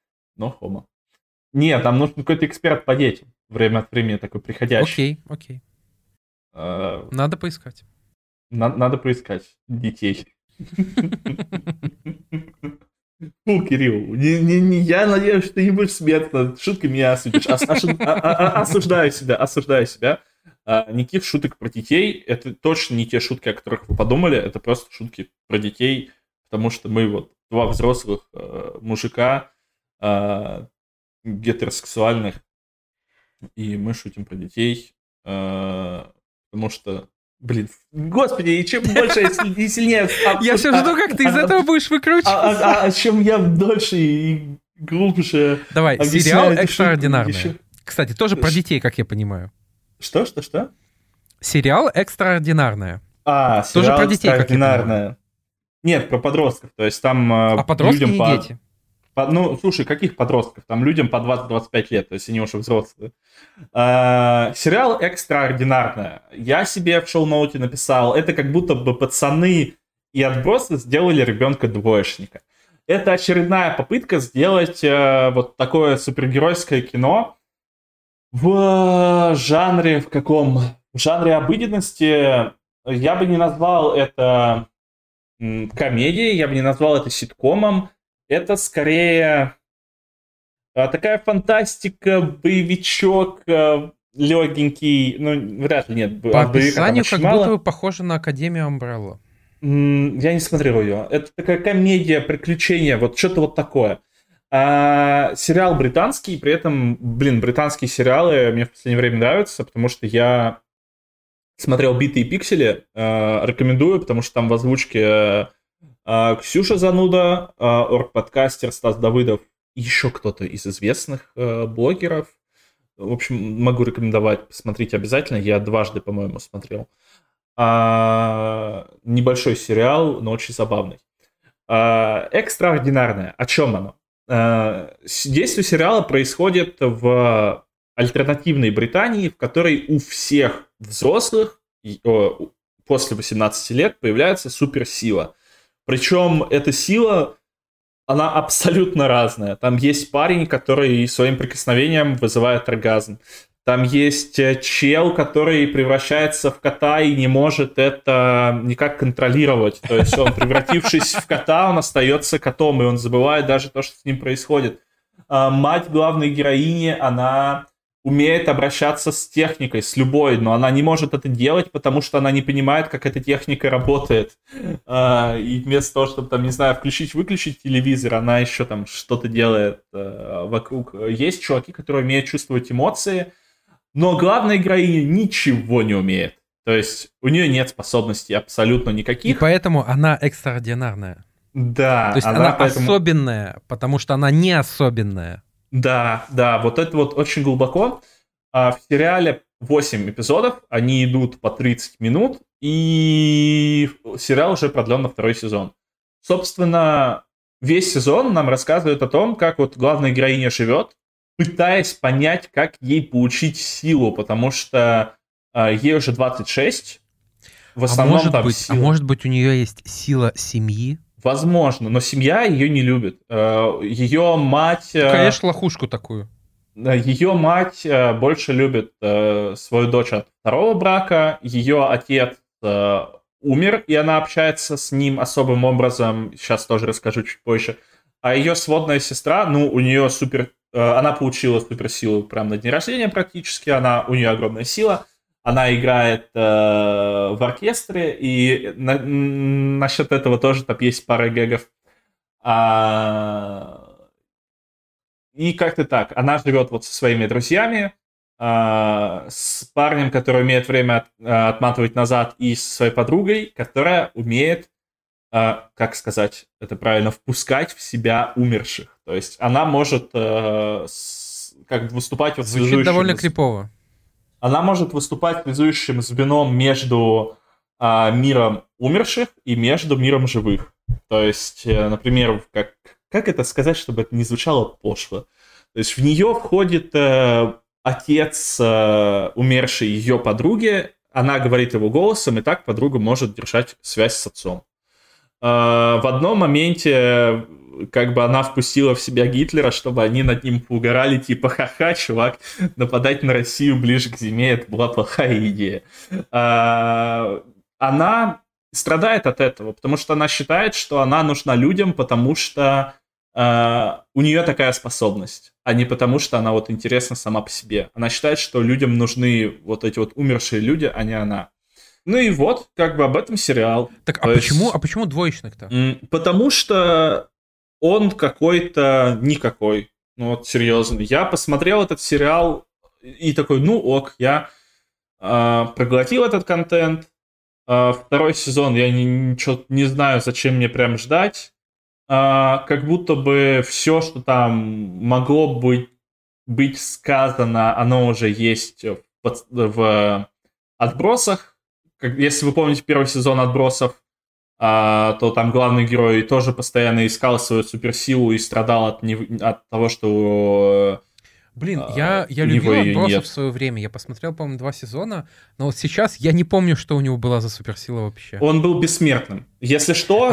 Нет, нам нужен какой-то эксперт по детям, время от времени такой приходящий. Окей. Надо поискать. Надо поискать детей. Фу, Кирилл, я надеюсь, что ты не будешь смеяться над шутками, меня осудишь. Осуждаю себя. Никаких шуток про детей. Это точно не те шутки, о которых вы подумали. Это просто шутки про детей, потому что мы вот два взрослых мужика гетеросексуальных, и мы шутим про детей, потому что, блин, господи, и чем больше и сильнее... Я все жду, как ты из этого будешь выкручиваться. Чем я дольше и глубже... Давай, сериал «Экстраординарное». Кстати, тоже про детей, как я понимаю. Что? Сериал «Экстраординарное». Тоже про детей, как я понимаю. Нет, про подростков. То есть там подростки людям не дети. Ну, слушай, каких подростков? Там людям по 20-25 лет, то есть они уже взрослые. Сериал «Экстраординарное». Я себе в шоу-ноуте написал, это как будто бы «Пацаны» и «Отбросы» сделали ребенка-двоечника. Это очередная попытка сделать вот такое супергеройское кино в жанре, в каком? В жанре обыденности. Я бы не назвал это комедией, я бы не назвал это ситкомом. Это скорее такая фантастика, боевичок, легенький, ну, вряд ли нет. По описанию как будто бы похоже на Академию Амбрелла. Я не смотрел ее. Это такая комедия, приключения, вот что-то вот такое. Сериал британский, при этом, британские сериалы мне в последнее время нравятся, потому что я смотрел «Битые пиксели», рекомендую, потому что там в озвучке... Ксюша Зануда, оргподкастер Стас Давыдов, еще кто-то из известных блогеров. В общем, могу рекомендовать, посмотрите обязательно. Я дважды, по-моему, смотрел. Небольшой сериал, но очень забавный. «Экстраординарное». О чем оно? Действие сериала происходит в альтернативной Британии, в которой у всех взрослых после 18 лет появляется суперсила. Причем эта сила, она абсолютно разная. Там есть парень, который своим прикосновением вызывает оргазм. Там есть чел, который превращается в кота и не может это никак контролировать. То есть он, превратившись в кота, он остается котом, и он забывает даже то, что с ним происходит. Мать главной героини, она умеет обращаться с техникой, с любой, но она не может это делать, потому что она не понимает, как эта техника работает. И вместо того, чтобы, там, не знаю, включить-выключить телевизор, она еще там что-то делает вокруг. Есть чуваки, которые умеют чувствовать эмоции, но главная героиня ничего не умеет. То есть у нее нет способностей абсолютно никаких. И поэтому она экстраординарная. Да. То есть она особенная, потому что она не особенная. Да, вот это вот очень глубоко. В сериале 8 эпизодов, они идут по 30 минут, и сериал уже продлен на второй сезон. Собственно, весь сезон нам рассказывает о том, как вот главная героиня живет, пытаясь понять, как ей получить силу, потому что ей уже 26. В основном может быть, у нее есть сила семьи? Возможно, но семья ее не любит. Ее мать... Конечно, лохушку такую. Ее мать больше любит свою дочь от второго брака. Ее отец умер, и она общается с ним особым образом. Сейчас тоже расскажу чуть позже. А ее сводная сестра, у нее она получила суперсилу прямо на день рождения практически. У нее огромная сила. Она играет в оркестре, и насчет этого тоже там есть пара гэгов. И как-то так. Она живет вот со своими друзьями, с парнем, который умеет время отматывать назад, и со своей подругой, которая умеет, как сказать это правильно, впускать в себя умерших. То есть она может как бы выступать вот Звучит довольно крипово. Она может выступать связующим звеном между миром умерших и между миром живых. То есть, например, как это сказать, чтобы это не звучало пошло? То есть в нее входит отец умершей ее подруги, она говорит его голосом, и так подруга может держать связь с отцом. В одном моменте как бы она впустила в себя Гитлера, чтобы они над ним поугорали, типа, ха-ха, чувак, нападать на Россию ближе к зиме, это была плохая идея. Она страдает от этого, потому что она считает, что она нужна людям, потому что у нее такая способность, а не потому что она вот интересна сама по себе. Она считает, что людям нужны вот эти вот умершие люди, а не она. Ну и вот, как бы об этом сериал. Так, а почему двоечник-то? Потому что он какой-то никакой. Ну вот, серьезно. Я посмотрел этот сериал и такой, ну ок, я проглотил этот контент. Второй сезон я ничего не знаю, зачем мне прям ждать. Как будто бы все, что там могло быть сказано, оно уже есть в «Отбросах». Если вы помните первый сезон «Отбросов», то там главный герой тоже постоянно искал свою суперсилу и страдал от того, что... Блин, я любил «Отбросов» в свое время. Я посмотрел, по-моему, 2 сезона, но вот сейчас я не помню, что у него была за суперсила вообще. Он был бессмертным. Если что,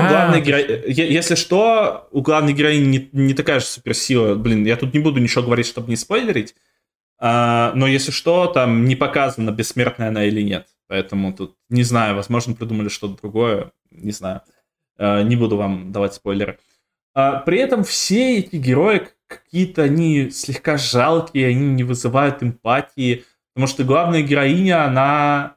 у главной героини не такая же суперсила. Блин, я тут не буду ничего говорить, чтобы не спойлерить. Но если что, там не показано, бессмертная она или нет. Поэтому тут, не знаю, возможно, придумали что-то другое. Не знаю. Не буду вам давать спойлеры. При этом все эти герои какие-то, они слегка жалкие, они не вызывают эмпатии, потому что главная героиня, она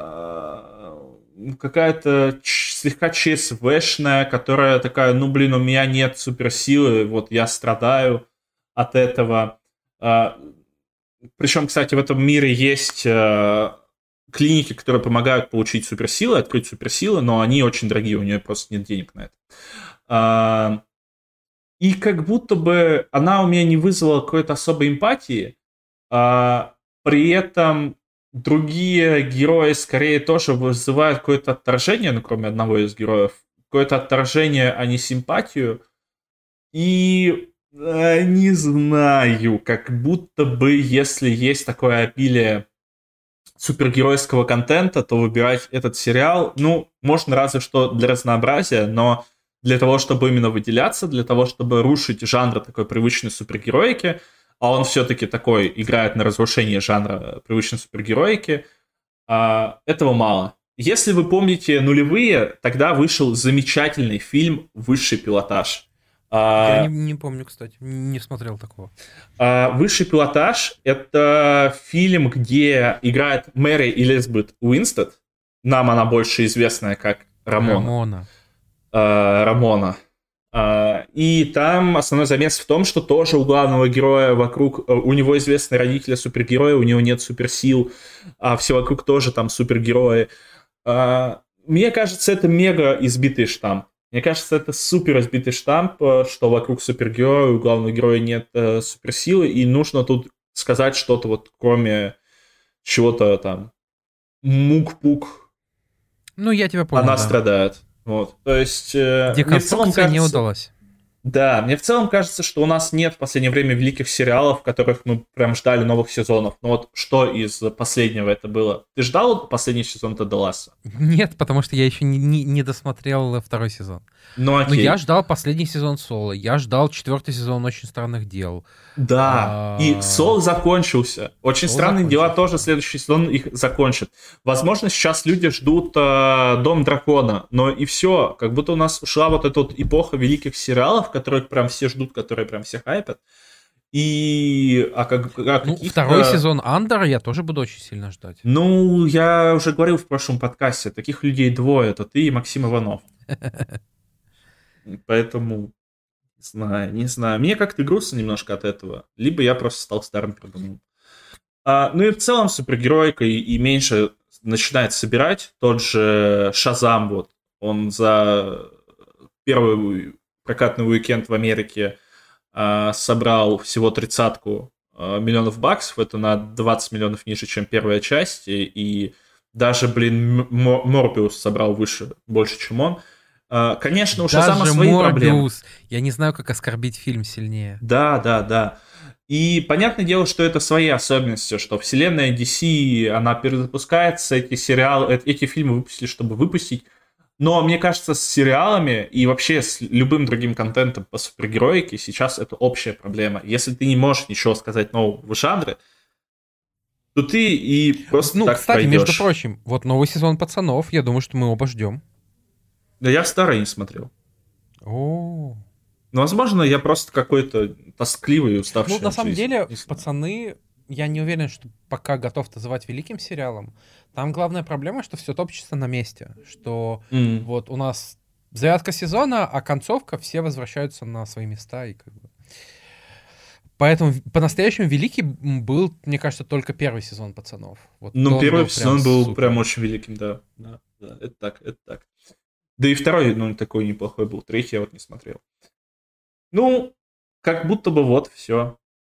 какая-то слегка ЧСВшная, которая такая, ну, блин, у меня нет суперсилы, вот я страдаю от этого. Причем, кстати, в этом мире есть клиники, которые помогают получить суперсилы, открыть суперсилы, но они очень дорогие, у нее просто нет денег на это. И как будто бы она у меня не вызвала какой-то особой эмпатии, при этом другие герои скорее тоже вызывают какое-то отторжение, ну, кроме одного из героев, какое-то отторжение, а не симпатию. И не знаю, как будто бы, если есть такое обилие супергеройского контента, то выбирать этот сериал, ну, можно разве что для разнообразия, но для того, чтобы именно выделяться, для того, чтобы рушить жанр такой привычной супергероики, а он все-таки такой играет на разрушение жанра привычной супергероики, этого мало. Если вы помните нулевые, тогда вышел замечательный фильм «Высший пилотаж». Я не помню, кстати, не смотрел такого. «Высший пилотаж» — это фильм, где играет Мэри Элизабет Уинстед. Нам она больше известная как Рамона. И там основной замес в том, что тоже у главного героя вокруг, у него известные родители супергерои, у него нет суперсил, а все вокруг тоже там супергерои. Мне кажется, это мега избитый штамп. Мне кажется, это супер избитый штамп, что вокруг супергероя, у главного героя нет суперсилы, и нужно тут сказать что-то вот кроме чего-то там мук-пук. Ну, я тебя понял, она страдает. Вот, то есть... Деконструкция не удалась. Да, мне в целом кажется, что у нас нет в последнее время великих сериалов, которых мы прям ждали новых сезонов. Но вот что из последнего это было? Ты ждал последний сезон Теда Лассо? Нет, потому что я еще не досмотрел второй сезон. Ну, окей. Но я ждал последний сезон Соло, я ждал 4-й сезон «Очень странных дел». Да, и Сол закончился. «Очень странные дела» тоже следующий сезон их закончит. Возможно, сейчас люди ждут «Дом дракона», но и все. Как будто у нас ушла вот эта вот эпоха великих сериалов, которых прям все ждут, которые прям все хайпят. И... второй сезон «Андера» я тоже буду очень сильно ждать. Ну, я уже говорил в прошлом подкасте, таких людей двое, это ты и Максим Иванов. Поэтому... Не знаю. Мне как-то грустно немножко от этого. Либо я просто стал старым пердуном. Ну и в целом супергеройка и меньше начинает собирать. Тот же Шазам, вот, он за первый прокатный уикенд в Америке собрал всего 30-ку миллионов баксов, это на 20 миллионов ниже, чем первая часть, и даже, Морбиус собрал больше, чем он. Конечно, у Шазама свои проблемы. Я не знаю, как оскорбить фильм сильнее. Да. И понятное дело, что это свои особенности, что вселенная DC, она перезапускается, эти фильмы выпустили, чтобы выпустить. Но мне кажется, с сериалами и вообще с любым другим контентом по супергероике сейчас это общая проблема. Если ты не можешь ничего сказать нового в жанре, то ты и просто так кстати, пройдешь. Между прочим, вот новый сезон «Пацанов», я думаю, что мы оба ждем. Да я старый не смотрел. О. Ну, возможно, я просто какой-то тоскливый и уставший. На самом деле, «Пацаны», я не уверен, что пока готов называть великим сериалом. Там главная проблема, что все топчется на месте. Что вот у нас завязка сезона, а концовка, все возвращаются на свои места. И как бы... Поэтому по-настоящему великий был, мне кажется, только первый сезон «Пацанов». Вот первый сезон был прям очень великим, да. Это так. Да и второй, такой неплохой был. Третий я вот не смотрел. Как будто бы вот, все.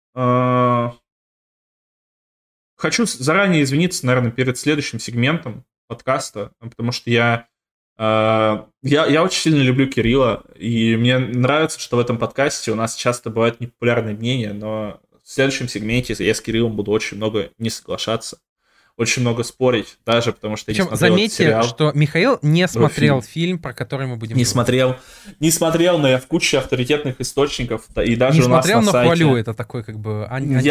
Хочу заранее извиниться, наверное, перед следующим сегментом подкаста, потому что я очень сильно люблю Кирилла, и мне нравится, что в этом подкасте у нас часто бывают непопулярные мнения, но в следующем сегменте я с Кириллом буду очень много не соглашаться, очень много спорить, даже потому что я не смотрел этот сериал. Заметьте, что Михаил не смотрел фильм, про который мы будем говорить. Не смотрел, но я в куче авторитетных источников, и даже не у нас смотрел, на но сайте... хвалю, это такой как бы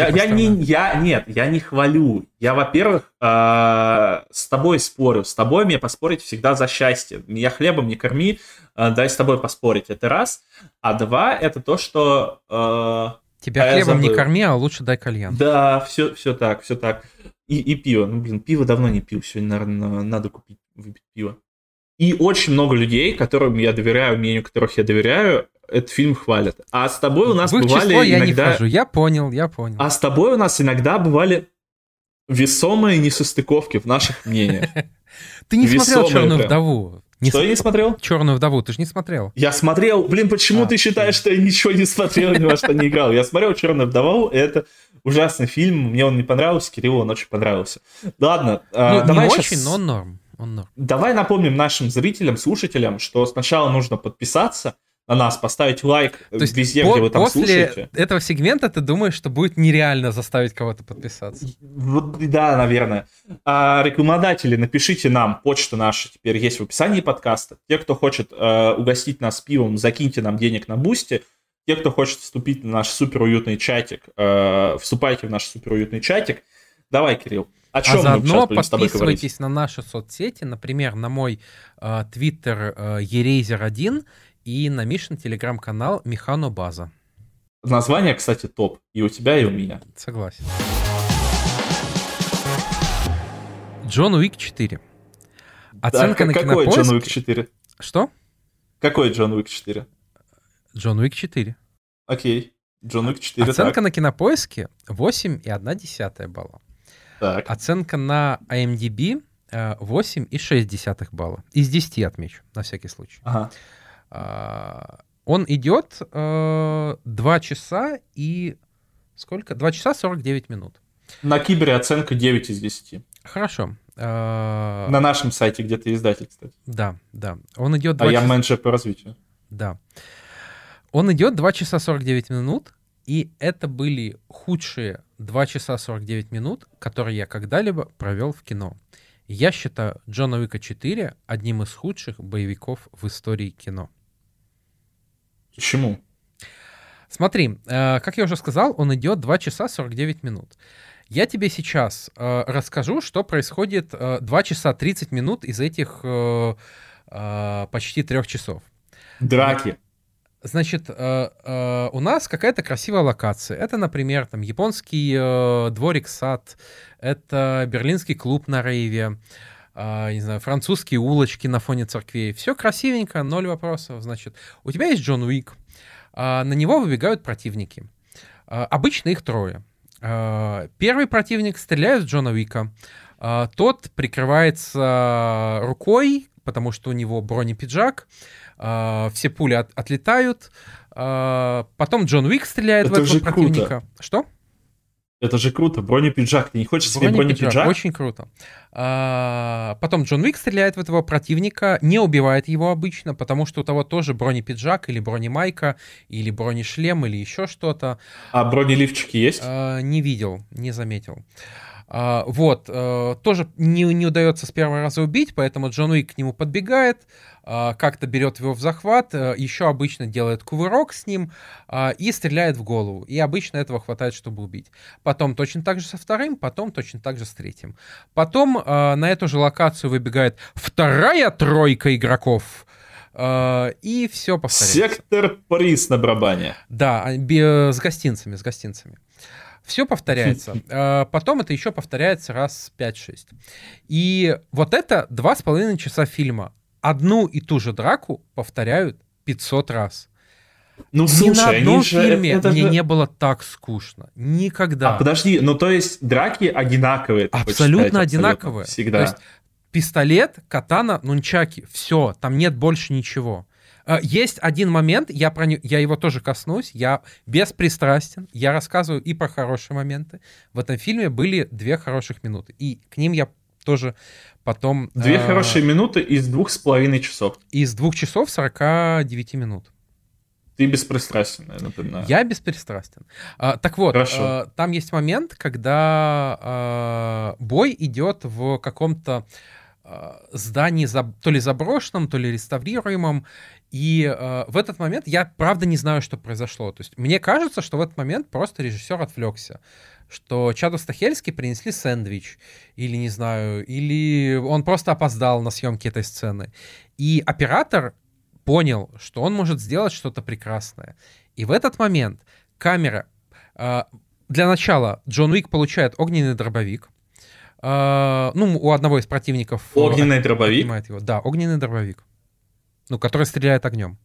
я не хвалю. Я, во-первых, с тобой спорю. С тобой мне поспорить всегда за счастье. Меня хлебом не корми, дай с тобой поспорить. Это раз. А два, это то, что... Тебя хлебом не корми, а лучше дай кальян. Да, все так. И пиво. Пиво давно не пил. Сегодня, наверное, надо выпить пиво. И очень много людей, которым я доверяю, мнению которых я доверяю, этот фильм хвалят. А с тобой у нас в их бывали число я иногда... не вхожу. Я понял. А с тобой у нас иногда бывали весомые несостыковки в наших мнениях. Ты не смотрел «Черную вдову»? Что я не смотрел? «Черную вдову» ты же не смотрел. Я смотрел. Почему ты считаешь, что я ничего не смотрел, ни во что не играл? Я смотрел «Черную вдову», это ужасный фильм. Мне он не понравился, Кириллу он очень понравился. Ладно. Давай не очень, но он норм. Давай напомним нашим зрителям, слушателям, что сначала нужно подписаться на нас, поставить лайк везде, где вы там слушаете. После этого сегмента ты думаешь, что будет нереально заставить кого-то подписаться? Да, наверное. А рекламодатели, напишите нам, почта наша теперь есть в описании подкаста. Те, кто хочет угостить нас пивом, закиньте нам денег на Бусти. Те, кто хочет вступить на наш суперуютный чатик, вступайте в наш суперуютный чатик. Давай, Кирилл. А заодно подписывайтесь на наши соцсети, например, на мой твиттер Ерейзер1 и на Мишин телеграм-канал Механо База. Название, кстати, топ. И у тебя, и у меня. Согласен. Джон Уик 4. Оценка на Кинопоиске... Какой Джон Уик 4? Что? Какой Джон Уик 4? Джон Уик 4. Окей. Джон Уик 4, оценка на Кинопоиске 8,1 балла. Так. Оценка на IMDb 8,6 балла. Из 10 отмечу, на всякий случай. Ага. Он идет 2 часа и... Сколько? 2 часа 49 минут. На Кибере оценка 9 из 10. Хорошо. На нашем сайте где-то издатель, кстати. Да. Он идет 2 я менеджер по развитию. Да. Он идет 2 часа 49 минут, и это были худшие 2 часа 49 минут, которые я когда-либо провел в кино. Я считаю Джона Уика 4 одним из худших боевиков в истории кино. Почему? Смотри, как я уже сказал, он идет 2 часа 49 минут. Я тебе сейчас расскажу, что происходит 2 часа 30 минут из этих почти 3 часов. Драки. Значит, у нас какая-то красивая локация. Это, например, там японский дворик-сад, это берлинский клуб на рейве, не знаю, французские улочки на фоне церквей. Все красивенько, 0 вопросов. Значит, у тебя есть Джон Уик, на него выбегают противники. Обычно их 3. Первый противник стреляет в Джона Уика. Тот прикрывается рукой, потому что у него бронепиджак. Все пули отлетают. Потом Джон Уик стреляет в этого противника. Круто. Что? Это же круто, бронепиджак. Ты не хочешь себе бронепиджак? Очень круто. Потом Джон Уик стреляет в этого противника, не убивает его обычно, потому что у того тоже бронепиджак или бронемайка, или бронешлем, или еще что-то. А бронеливчики есть? Не видел, не заметил. Тоже не удается с первого раза убить, поэтому Джон Уик к нему подбегает, как-то берет его в захват, еще обычно делает кувырок с ним и стреляет в голову. И обычно этого хватает, чтобы убить. Потом точно так же со вторым, потом точно так же с третьим. Потом на эту же локацию выбегает вторая тройка игроков. И все повторяется. Сектор приз на барабане. Да, с гостинцами. Все повторяется. Потом это еще повторяется раз 5-6. И вот это 2,5 часа фильма. Одну и ту же драку повторяют 500 раз. Ну, Ни слушай, на одном фильме это мне же... не было так скучно. Никогда. Подожди, то есть драки одинаковые? Абсолютно одинаковые. Всегда. То есть пистолет, катана, нунчаки. Все, там нет больше ничего. Есть один момент, я его тоже коснусь, я беспристрастен, я рассказываю и про хорошие моменты. В этом фильме были 2 хороших минуты, и к ним я тоже потом... 2 хорошие минуты из 2,5 часов. Из 2 часов 49 минут. Ты беспристрастен, я напоминаю. Я беспристрастен. Так вот, там есть момент, когда бой идет в каком-то здании, то ли заброшенном, то ли реставрируемом, и в этот момент я, правда, не знаю, что произошло. То есть мне кажется, что в этот момент просто режиссер отвлекся, что Чаду Стахельски принесли сэндвич, или, не знаю, или он просто опоздал на съемки этой сцены. И оператор понял, что он может сделать что-то прекрасное. И в этот момент камера... Для начала Джон Уик получает огненный дробовик. У одного из противников... Огненный дробовик? Его. Да, огненный дробовик. Который стреляет огнем.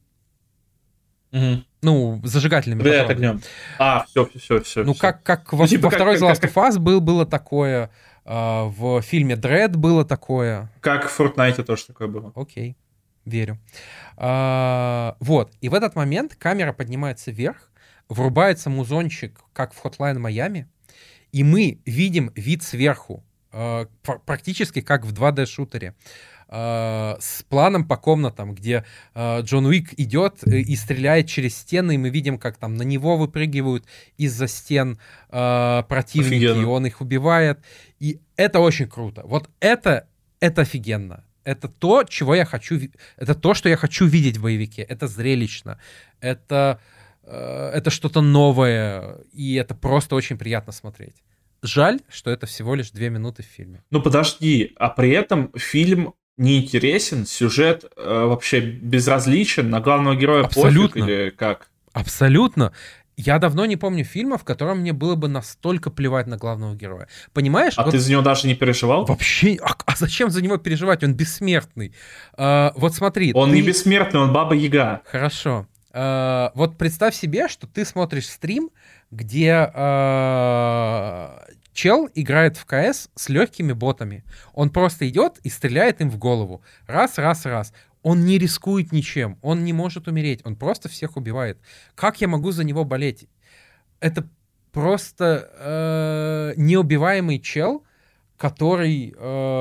Угу. Зажигательными стреляет огнем. Все. Как во второй The Last of Us было такое, в фильме Дред было такое. Как в Fortnite тоже такое было. Окей, верю. И в этот момент камера поднимается вверх, врубается музончик, как в Hotline Miami, и мы видим вид сверху, практически как в 2D-шутере, с планом по комнатам, где Джон Уик идет и стреляет через стены, и мы видим, как там на него выпрыгивают из-за стен противники, и он их убивает. И это очень круто. Вот это офигенно. Это то, чего я хочу... Это то, что я хочу видеть в боевике. Это зрелищно. Это что-то новое, и это просто очень приятно смотреть. Жаль, что это всего лишь 2 минуты в фильме. Подожди, а при этом фильм неинтересен, сюжет вообще безразличен, на главного героя пофиг или как? Абсолютно. Я давно не помню фильма, в котором мне было бы настолько плевать на главного героя. Понимаешь? Ты за него даже не переживал? Вообще. А зачем за него переживать? Он бессмертный. Вот смотри. Он не бессмертный, он Баба-Яга. Хорошо. Вот представь себе, что ты смотришь стрим, где чел играет в КС с легкими ботами. Он просто идет и стреляет им в голову. Раз. Он не рискует ничем. Он не может умереть. Он просто всех убивает. Как я могу за него болеть? Это просто неубиваемый чел, который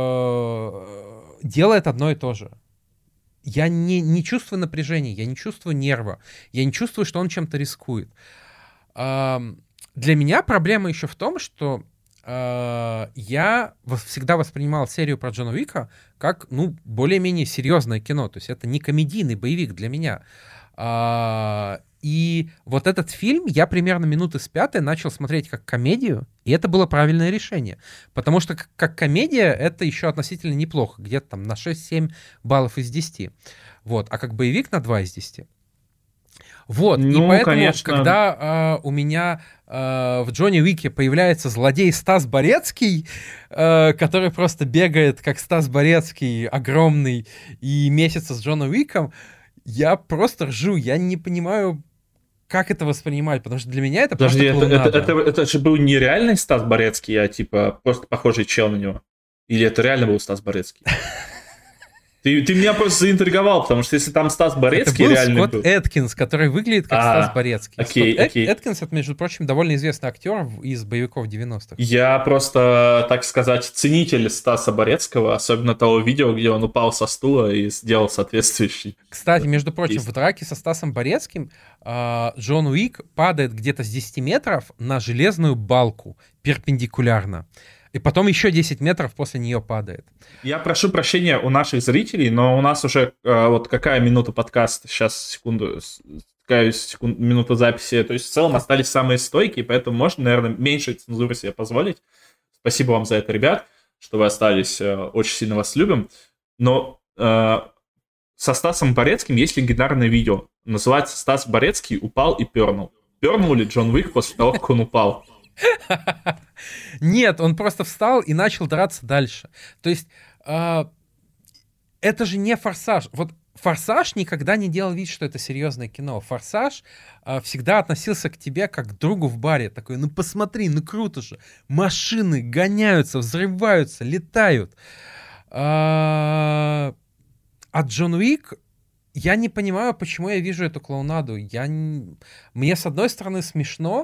делает одно и то же. Я не чувствую напряжения, я не чувствую нерва, я не чувствую, что он чем-то рискует. Для меня проблема еще в том, что я всегда воспринимал серию про Джона Уика как, более-менее серьезное кино. То есть это не комедийный боевик для меня. И вот этот фильм я примерно минуты с 5 начал смотреть как комедию, и это было правильное решение. Потому что как комедия это еще относительно неплохо, где-то там на 6-7 баллов из 10. Вот. А как боевик на 2 из 10. Вот, и поэтому, конечно... когда у меня в Джонни Уике появляется злодей Стас Борецкий, который просто бегает, как Стас Борецкий, огромный, и месяца с Джоном Уиком, я просто ржу, я не понимаю, как это воспринимать, потому что для меня это просто клоунада. Это же был не реальный Стас Борецкий, а типа просто похожий чел на него? Или это реально был Стас Борецкий? Ты меня просто заинтриговал, потому что если там Стас Борецкий это был реально Скотт Эткинс, который выглядит как Стас Борецкий. Окей. Эткинс — это, между прочим, довольно известный актер из боевиков 90-х. Я просто, так сказать, ценитель Стаса Борецкого, особенно того видео, где он упал со стула и сделал соответствующий. Кстати, между прочим, в драке со Стасом Борецким Джон Уик падает где-то с 10 метров на железную балку перпендикулярно. И потом еще 10 метров после нее падает. Я прошу прощения у наших зрителей, но у нас уже вот какая минута подкаста? Сейчас, секунду, минута записи. То есть в целом остались самые стойкие, поэтому можно, наверное, меньше цензуры себе позволить. Спасибо вам за это, ребят, что вы остались. Очень сильно вас любим. Но со Стасом Борецким есть легендарное видео. Называется «Стас Борецкий упал и пернул». Пернул ли Джон Уик после того, как он упал? Нет, он просто встал и начал драться дальше. То есть это же не «Форсаж». Вот «Форсаж» никогда не делал вид, что это серьезное кино. «Форсаж» всегда относился к тебе как к другу в баре. Такой, ну посмотри, ну круто же. Машины гоняются, взрываются, летают. А Джон Уик... Я не понимаю, почему я вижу эту клоунаду. Мне, с одной стороны, смешно,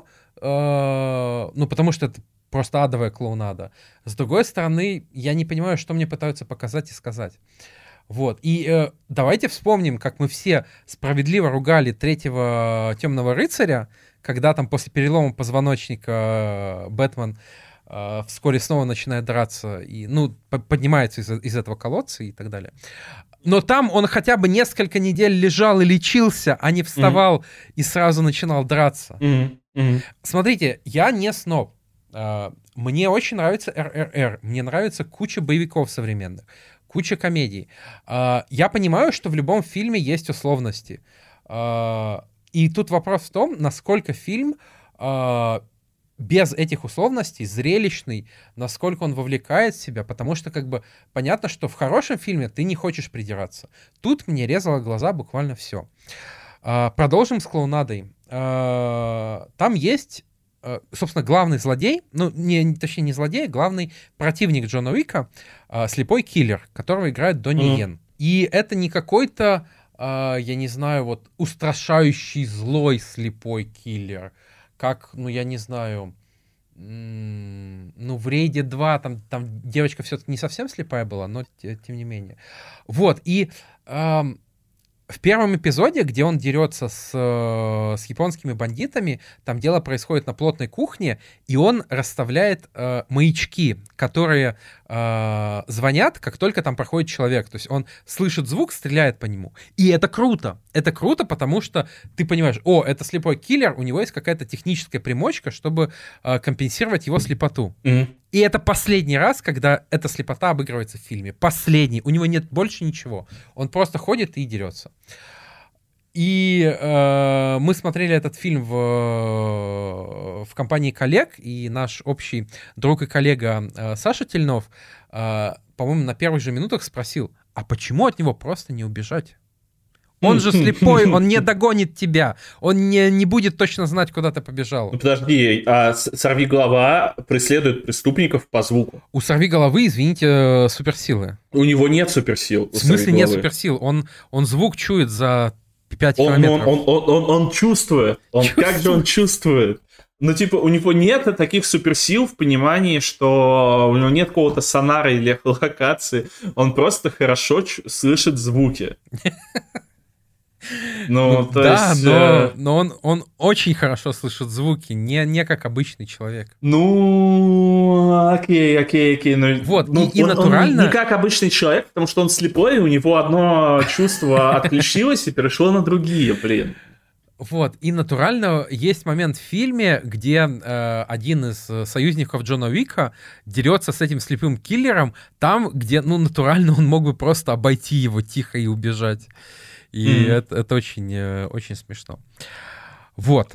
ну, потому что это просто адовая клоунада. С другой стороны, я не понимаю, что мне пытаются показать и сказать. Вот. И давайте вспомним, как мы все справедливо ругали третьего «Темного рыцаря», когда там после перелома позвоночника Бэтмен вскоре снова начинает драться и, ну, поднимается из этого колодца и так далее. Но там он хотя бы несколько недель лежал и лечился, а не вставал и сразу начинал драться. Смотрите, я не сноб. Мне очень нравится РРР. Мне нравится куча боевиков современных, куча комедий. Я понимаю, что в любом фильме есть условности. И тут вопрос в том, насколько фильм без этих условностей зрелищный, насколько он вовлекает себя, потому что как бы понятно, что в хорошем фильме ты не хочешь придираться. Тут мне резало глаза буквально все. Продолжим с клоунадой. Там есть, собственно, главный злодей, ну, точнее не злодей, главный противник Джона Уика, слепой киллер, которого играет Донни Йен. И это не какой-то, я не знаю, вот устрашающий злой слепой киллер, как, ну, я не знаю, ну, в «Рейде 2» там девочка все-таки не совсем слепая была, но тем не менее. Вот, и в первом эпизоде, где он дерется с японскими бандитами, там дело происходит на плотной кухне, и он расставляет маячки, которые звонят, как только там проходит человек. То есть он слышит звук, стреляет по нему. И это круто. Это круто, потому что ты понимаешь, это слепой киллер, у него есть какая-то техническая примочка, чтобы компенсировать его слепоту. И это последний раз, когда эта слепота обыгрывается в фильме. Последний. У него нет больше ничего. Он просто ходит и дерется. И мы смотрели этот фильм в компании коллег, и наш общий друг и коллега Саша Тельнов, по-моему, на первых же минутах спросил, а почему от него просто не убежать? Он же слепой, он не догонит тебя. Он не будет точно знать, куда ты побежал. Ну подожди, а Сорвиголова преследует преступников по звуку? У Сорвиголовы, извините, суперсилы. У него нет суперсил. В смысле нет суперсил? Он звук чует за 5 километров. Он чувствует. Как же он чувствует? Ну, типа, у него нет таких суперсил в понимании, что у него нет какого-то сонара или эхолокации. Он просто хорошо слышит звуки. Ну, да, есть... но он очень хорошо слышит звуки, не как обычный человек. Ну, окей. Ну, вот, и натурально... Он не как обычный человек, потому что он слепой, и у него одно чувство отключилось и перешло на другие, блин. Вот, и натурально есть момент в фильме, где один из союзников Джона Уика дерется с этим слепым киллером там, где, ну, натурально он мог бы просто обойти его тихо и убежать. И это очень смешно. Вот.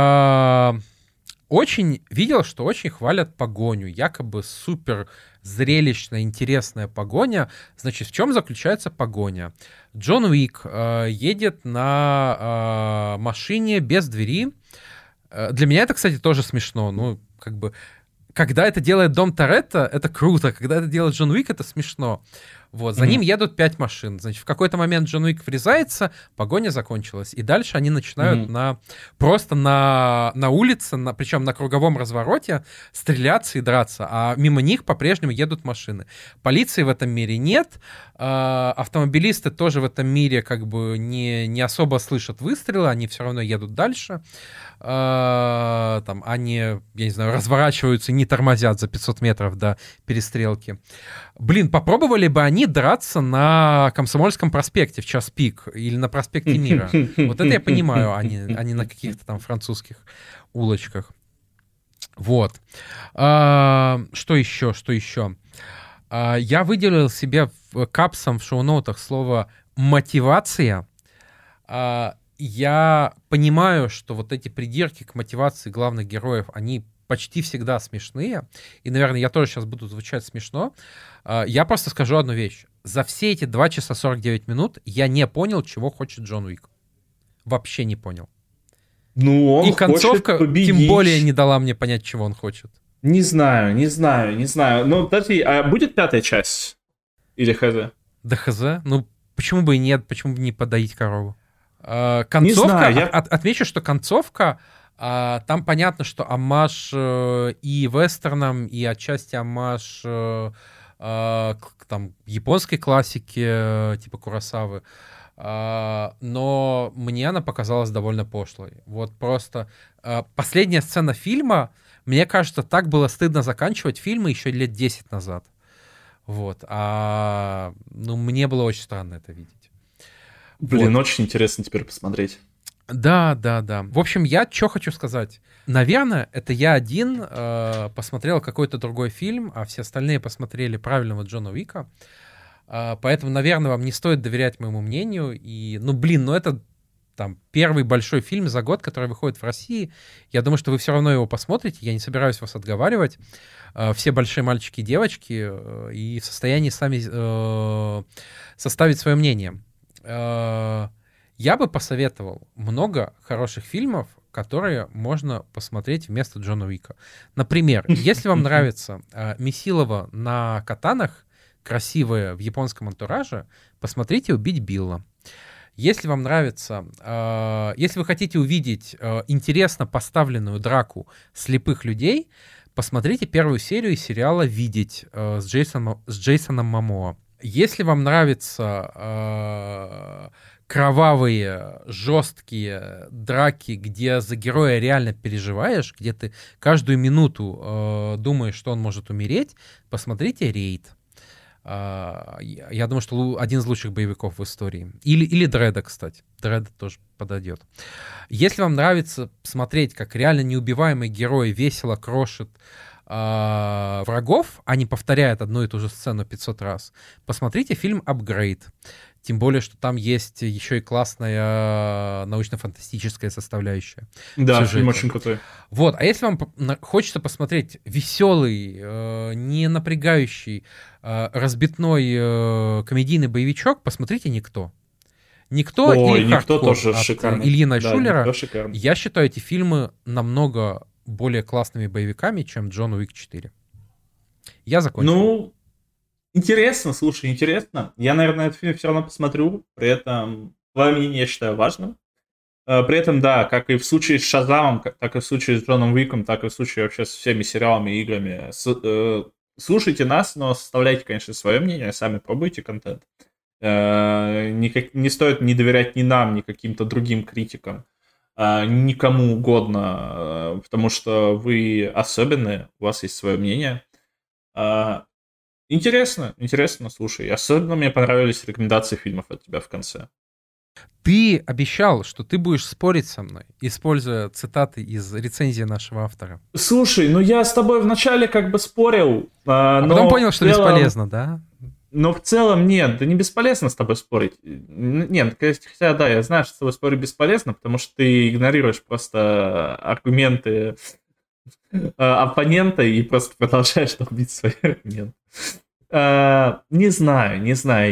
Очень видел, что очень хвалят погоню. Якобы супер зрелищная, интересная погоня. Значит, в чем заключается погоня? Джон Уик едет на машине без двери. Для меня это, кстати, тоже смешно. Ну, как бы, когда это делает Дом Торетто, это круто. Когда это делает Джон Уик, это смешно. Вот, за ним едут 5 машин. Значит, в какой-то момент Джон Уик врезается, погоня закончилась. И дальше они начинают просто на улице, причем на круговом развороте, стреляться и драться. А мимо них по-прежнему едут машины. Полиции в этом мире нет. Автомобилисты тоже в этом мире как бы не особо слышат выстрелы, они все равно едут дальше. Там они, я не знаю, разворачиваются и не тормозят за 500 метров до перестрелки. Блин, попробовали бы они драться на Комсомольском проспекте в час пик или на проспекте Мира. Вот это я понимаю, а не на каких-то там французских улочках. Вот. Что еще? Я выделил себе капсом в шоу-ноутах слово «мотивация». Я понимаю, что вот эти придирки к мотивации главных героев, они почти всегда смешные. И, наверное, я тоже сейчас буду звучать смешно. Я просто скажу одну вещь. За все эти 2 часа 49 минут я не понял, чего хочет Джон Уик. Вообще не понял. Ну, он и концовка тем более не дала мне понять, чего он хочет. Не знаю. Ну, подожди, а будет 5-я часть? Или хз? Да хз? Ну, почему бы и нет? Почему бы не подоить корову? Концовка, отмечу, что концовка, там понятно, что оммаж и вестернам, и отчасти оммаж там, японской классики, типа Куросавы, но мне она показалась довольно пошлой. Вот просто последняя сцена фильма, мне кажется, так было стыдно заканчивать фильмы еще лет 10 назад. Вот. Ну, мне было очень странно это видеть. Блин, вот. Очень интересно теперь посмотреть. Да. В общем, я что хочу сказать. Наверное, это я один посмотрел какой-то другой фильм, а все остальные посмотрели правильного Джона Уика. Поэтому, наверное, вам не стоит доверять моему мнению. И, это там первый большой фильм за год, который выходит в России. Я думаю, что вы все равно его посмотрите. Я не собираюсь вас отговаривать. Все большие мальчики и девочки и в состоянии сами составить свое мнение. Я бы посоветовал много хороших фильмов, которые можно посмотреть вместо Джона Уика. Например, если вам нравится Месилова на катанах, красивая в японском антураже, посмотрите «Убить Билла». Если вам нравится, если вы хотите увидеть интересно поставленную драку слепых людей, посмотрите первую серию сериала «Видеть» с Джейсоном Момоа. Если вам нравятся кровавые, жесткие драки, где за героя реально переживаешь, где ты каждую минуту думаешь, что он может умереть, посмотрите «Рейд». Я думаю, что один из лучших боевиков в истории. Или Дредда, кстати. Дредда тоже подойдет. Если вам нравится смотреть, как реально неубиваемый герой весело крошит врагов, а не повторяет одну и ту же сцену 500 раз, посмотрите фильм «Апгрейд». Тем более, что там есть еще и классная научно-фантастическая составляющая. Да, фильм очень крутой. Вот, а если вам хочется посмотреть веселый, не напрягающий, разбитной комедийный боевичок, посмотрите «Никто». «Никто» или «Никто» «Хардкор» тоже от шикарный. Ильи Найшулера. «Никто» шикарный. Я считаю эти фильмы намного более классными боевиками, чем «Джон Уик 4». Я закончил. Интересно, слушай, интересно. Я, наверное, этот фильм все равно посмотрю. При этом твое мнение я считаю важным. При этом, да, как и в случае с Шазамом, так и в случае с Джоном Уиком, так и в случае вообще с всеми сериалами и играми. Слушайте нас, но составляйте, конечно, свое мнение, сами пробуйте контент. Не стоит не доверять ни нам, ни каким-то другим критикам, никому угодно, потому что вы особенные, у вас есть свое мнение. Интересно, слушай. Особенно мне понравились рекомендации фильмов от тебя в конце. Ты обещал, что ты будешь спорить со мной, используя цитаты из рецензии нашего автора. Слушай, я с тобой вначале как бы спорил. А потом понял, что бесполезно, да? Но в целом нет, да не бесполезно с тобой спорить. Нет, хотя да, я знаю, что с тобой спорить бесполезно, потому что ты игнорируешь просто аргументы оппонента и просто продолжаешь долбить свои аргументы. Не знаю.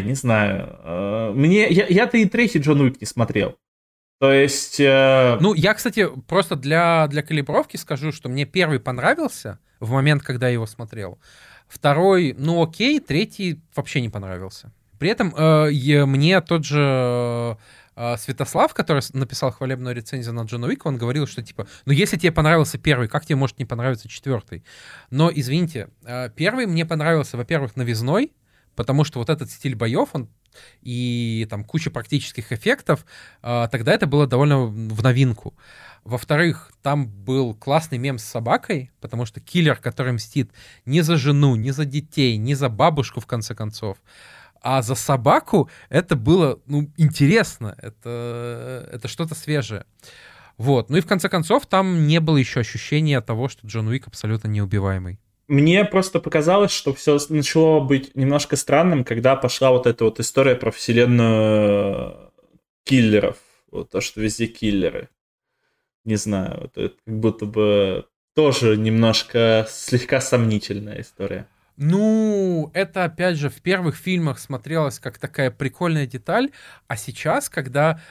Я-то и третий Джон Уик не смотрел. То есть... я, кстати, просто для калибровки скажу, что мне первый понравился в момент, когда я его смотрел. Второй, ну окей, третий вообще не понравился. При этом мне тот же Святослав, который написал хвалебную рецензию на Джона Уика, он говорил, что типа, ну если тебе понравился первый, как тебе может не понравиться четвертый? Но, извините, первый мне понравился, во-первых, новизной, потому что вот этот стиль боев, он и там куча практических эффектов, тогда это было довольно в новинку. Во-вторых, там был классный мем с собакой, потому что киллер, который мстит не за жену, не за детей, не за бабушку, в конце концов, а за собаку, это было, ну, интересно, это что-то свежее. Вот. Ну и в конце концов, там не было еще ощущения того, что Джон Уик абсолютно неубиваемый. Мне просто показалось, что все начало быть немножко странным, когда пошла вот эта вот история про вселенную киллеров. Вот то, что везде киллеры. Не знаю, это как будто бы тоже немножко слегка сомнительная история. Ну, это, опять же, в первых фильмах смотрелось как такая прикольная деталь, а сейчас, когда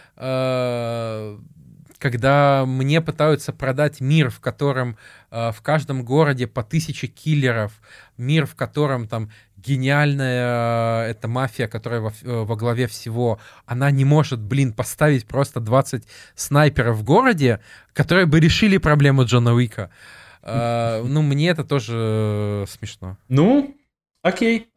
мне пытаются продать мир, в котором в каждом городе по 1000 киллеров, мир, в котором там гениальная эта мафия, которая во главе всего, она не может, поставить просто 20 снайперов в городе, которые бы решили проблему Джона Уика. Ну, мне это тоже смешно. Ну, окей.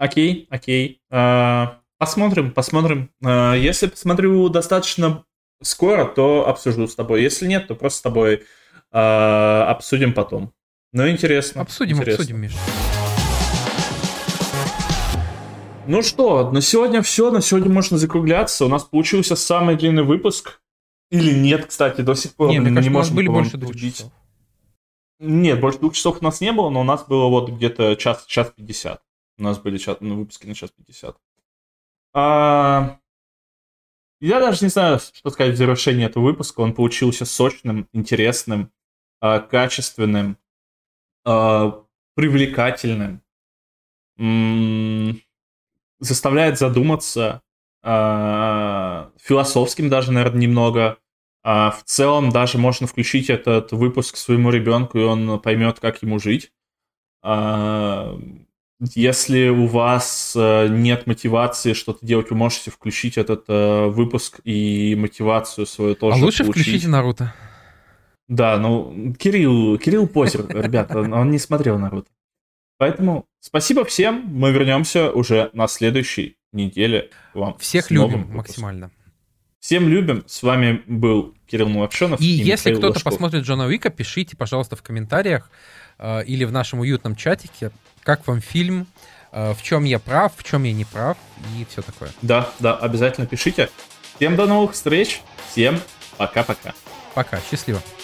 Посмотрим. Если посмотрю достаточно скоро, то обсужу с тобой. Если нет, то просто с тобой обсудим потом. Ну, интересно. Обсудим, Миш. Ну что, на сегодня все. На сегодня можно закругляться. У нас получился самый длинный выпуск. Или нет, кстати, до сих пор. Не, мне кажется, у нас были больше 2 часов. часов. Нет, больше 2 часов у нас не было, но у нас было вот где-то час 50. У нас были выпуски на час 50. Я даже не знаю, что сказать в завершении этого выпуска. Он получился сочным, интересным, качественным, привлекательным. Заставляет задуматься. Философским даже, наверное, немного. В целом даже можно включить этот выпуск своему ребенку, и он поймет, как ему жить. Если у вас нет мотивации что-то делать, вы можете включить этот выпуск и мотивацию свою тоже получить. А лучше включите Наруто. Да, ну, Кирилл позер, ребята, он не смотрел Наруто. Поэтому спасибо всем, мы вернемся уже на следующей неделе к вам. Всех любим максимально. Всем любим. С вами был Кирилл Мулакшенов. И если кто-то посмотрит Джона Уика, пишите, пожалуйста, в комментариях или в нашем уютном чатике, как вам фильм, в чем я прав, в чем я не прав и все такое. Да, обязательно пишите. Всем до новых встреч. Всем пока-пока. Пока, счастливо.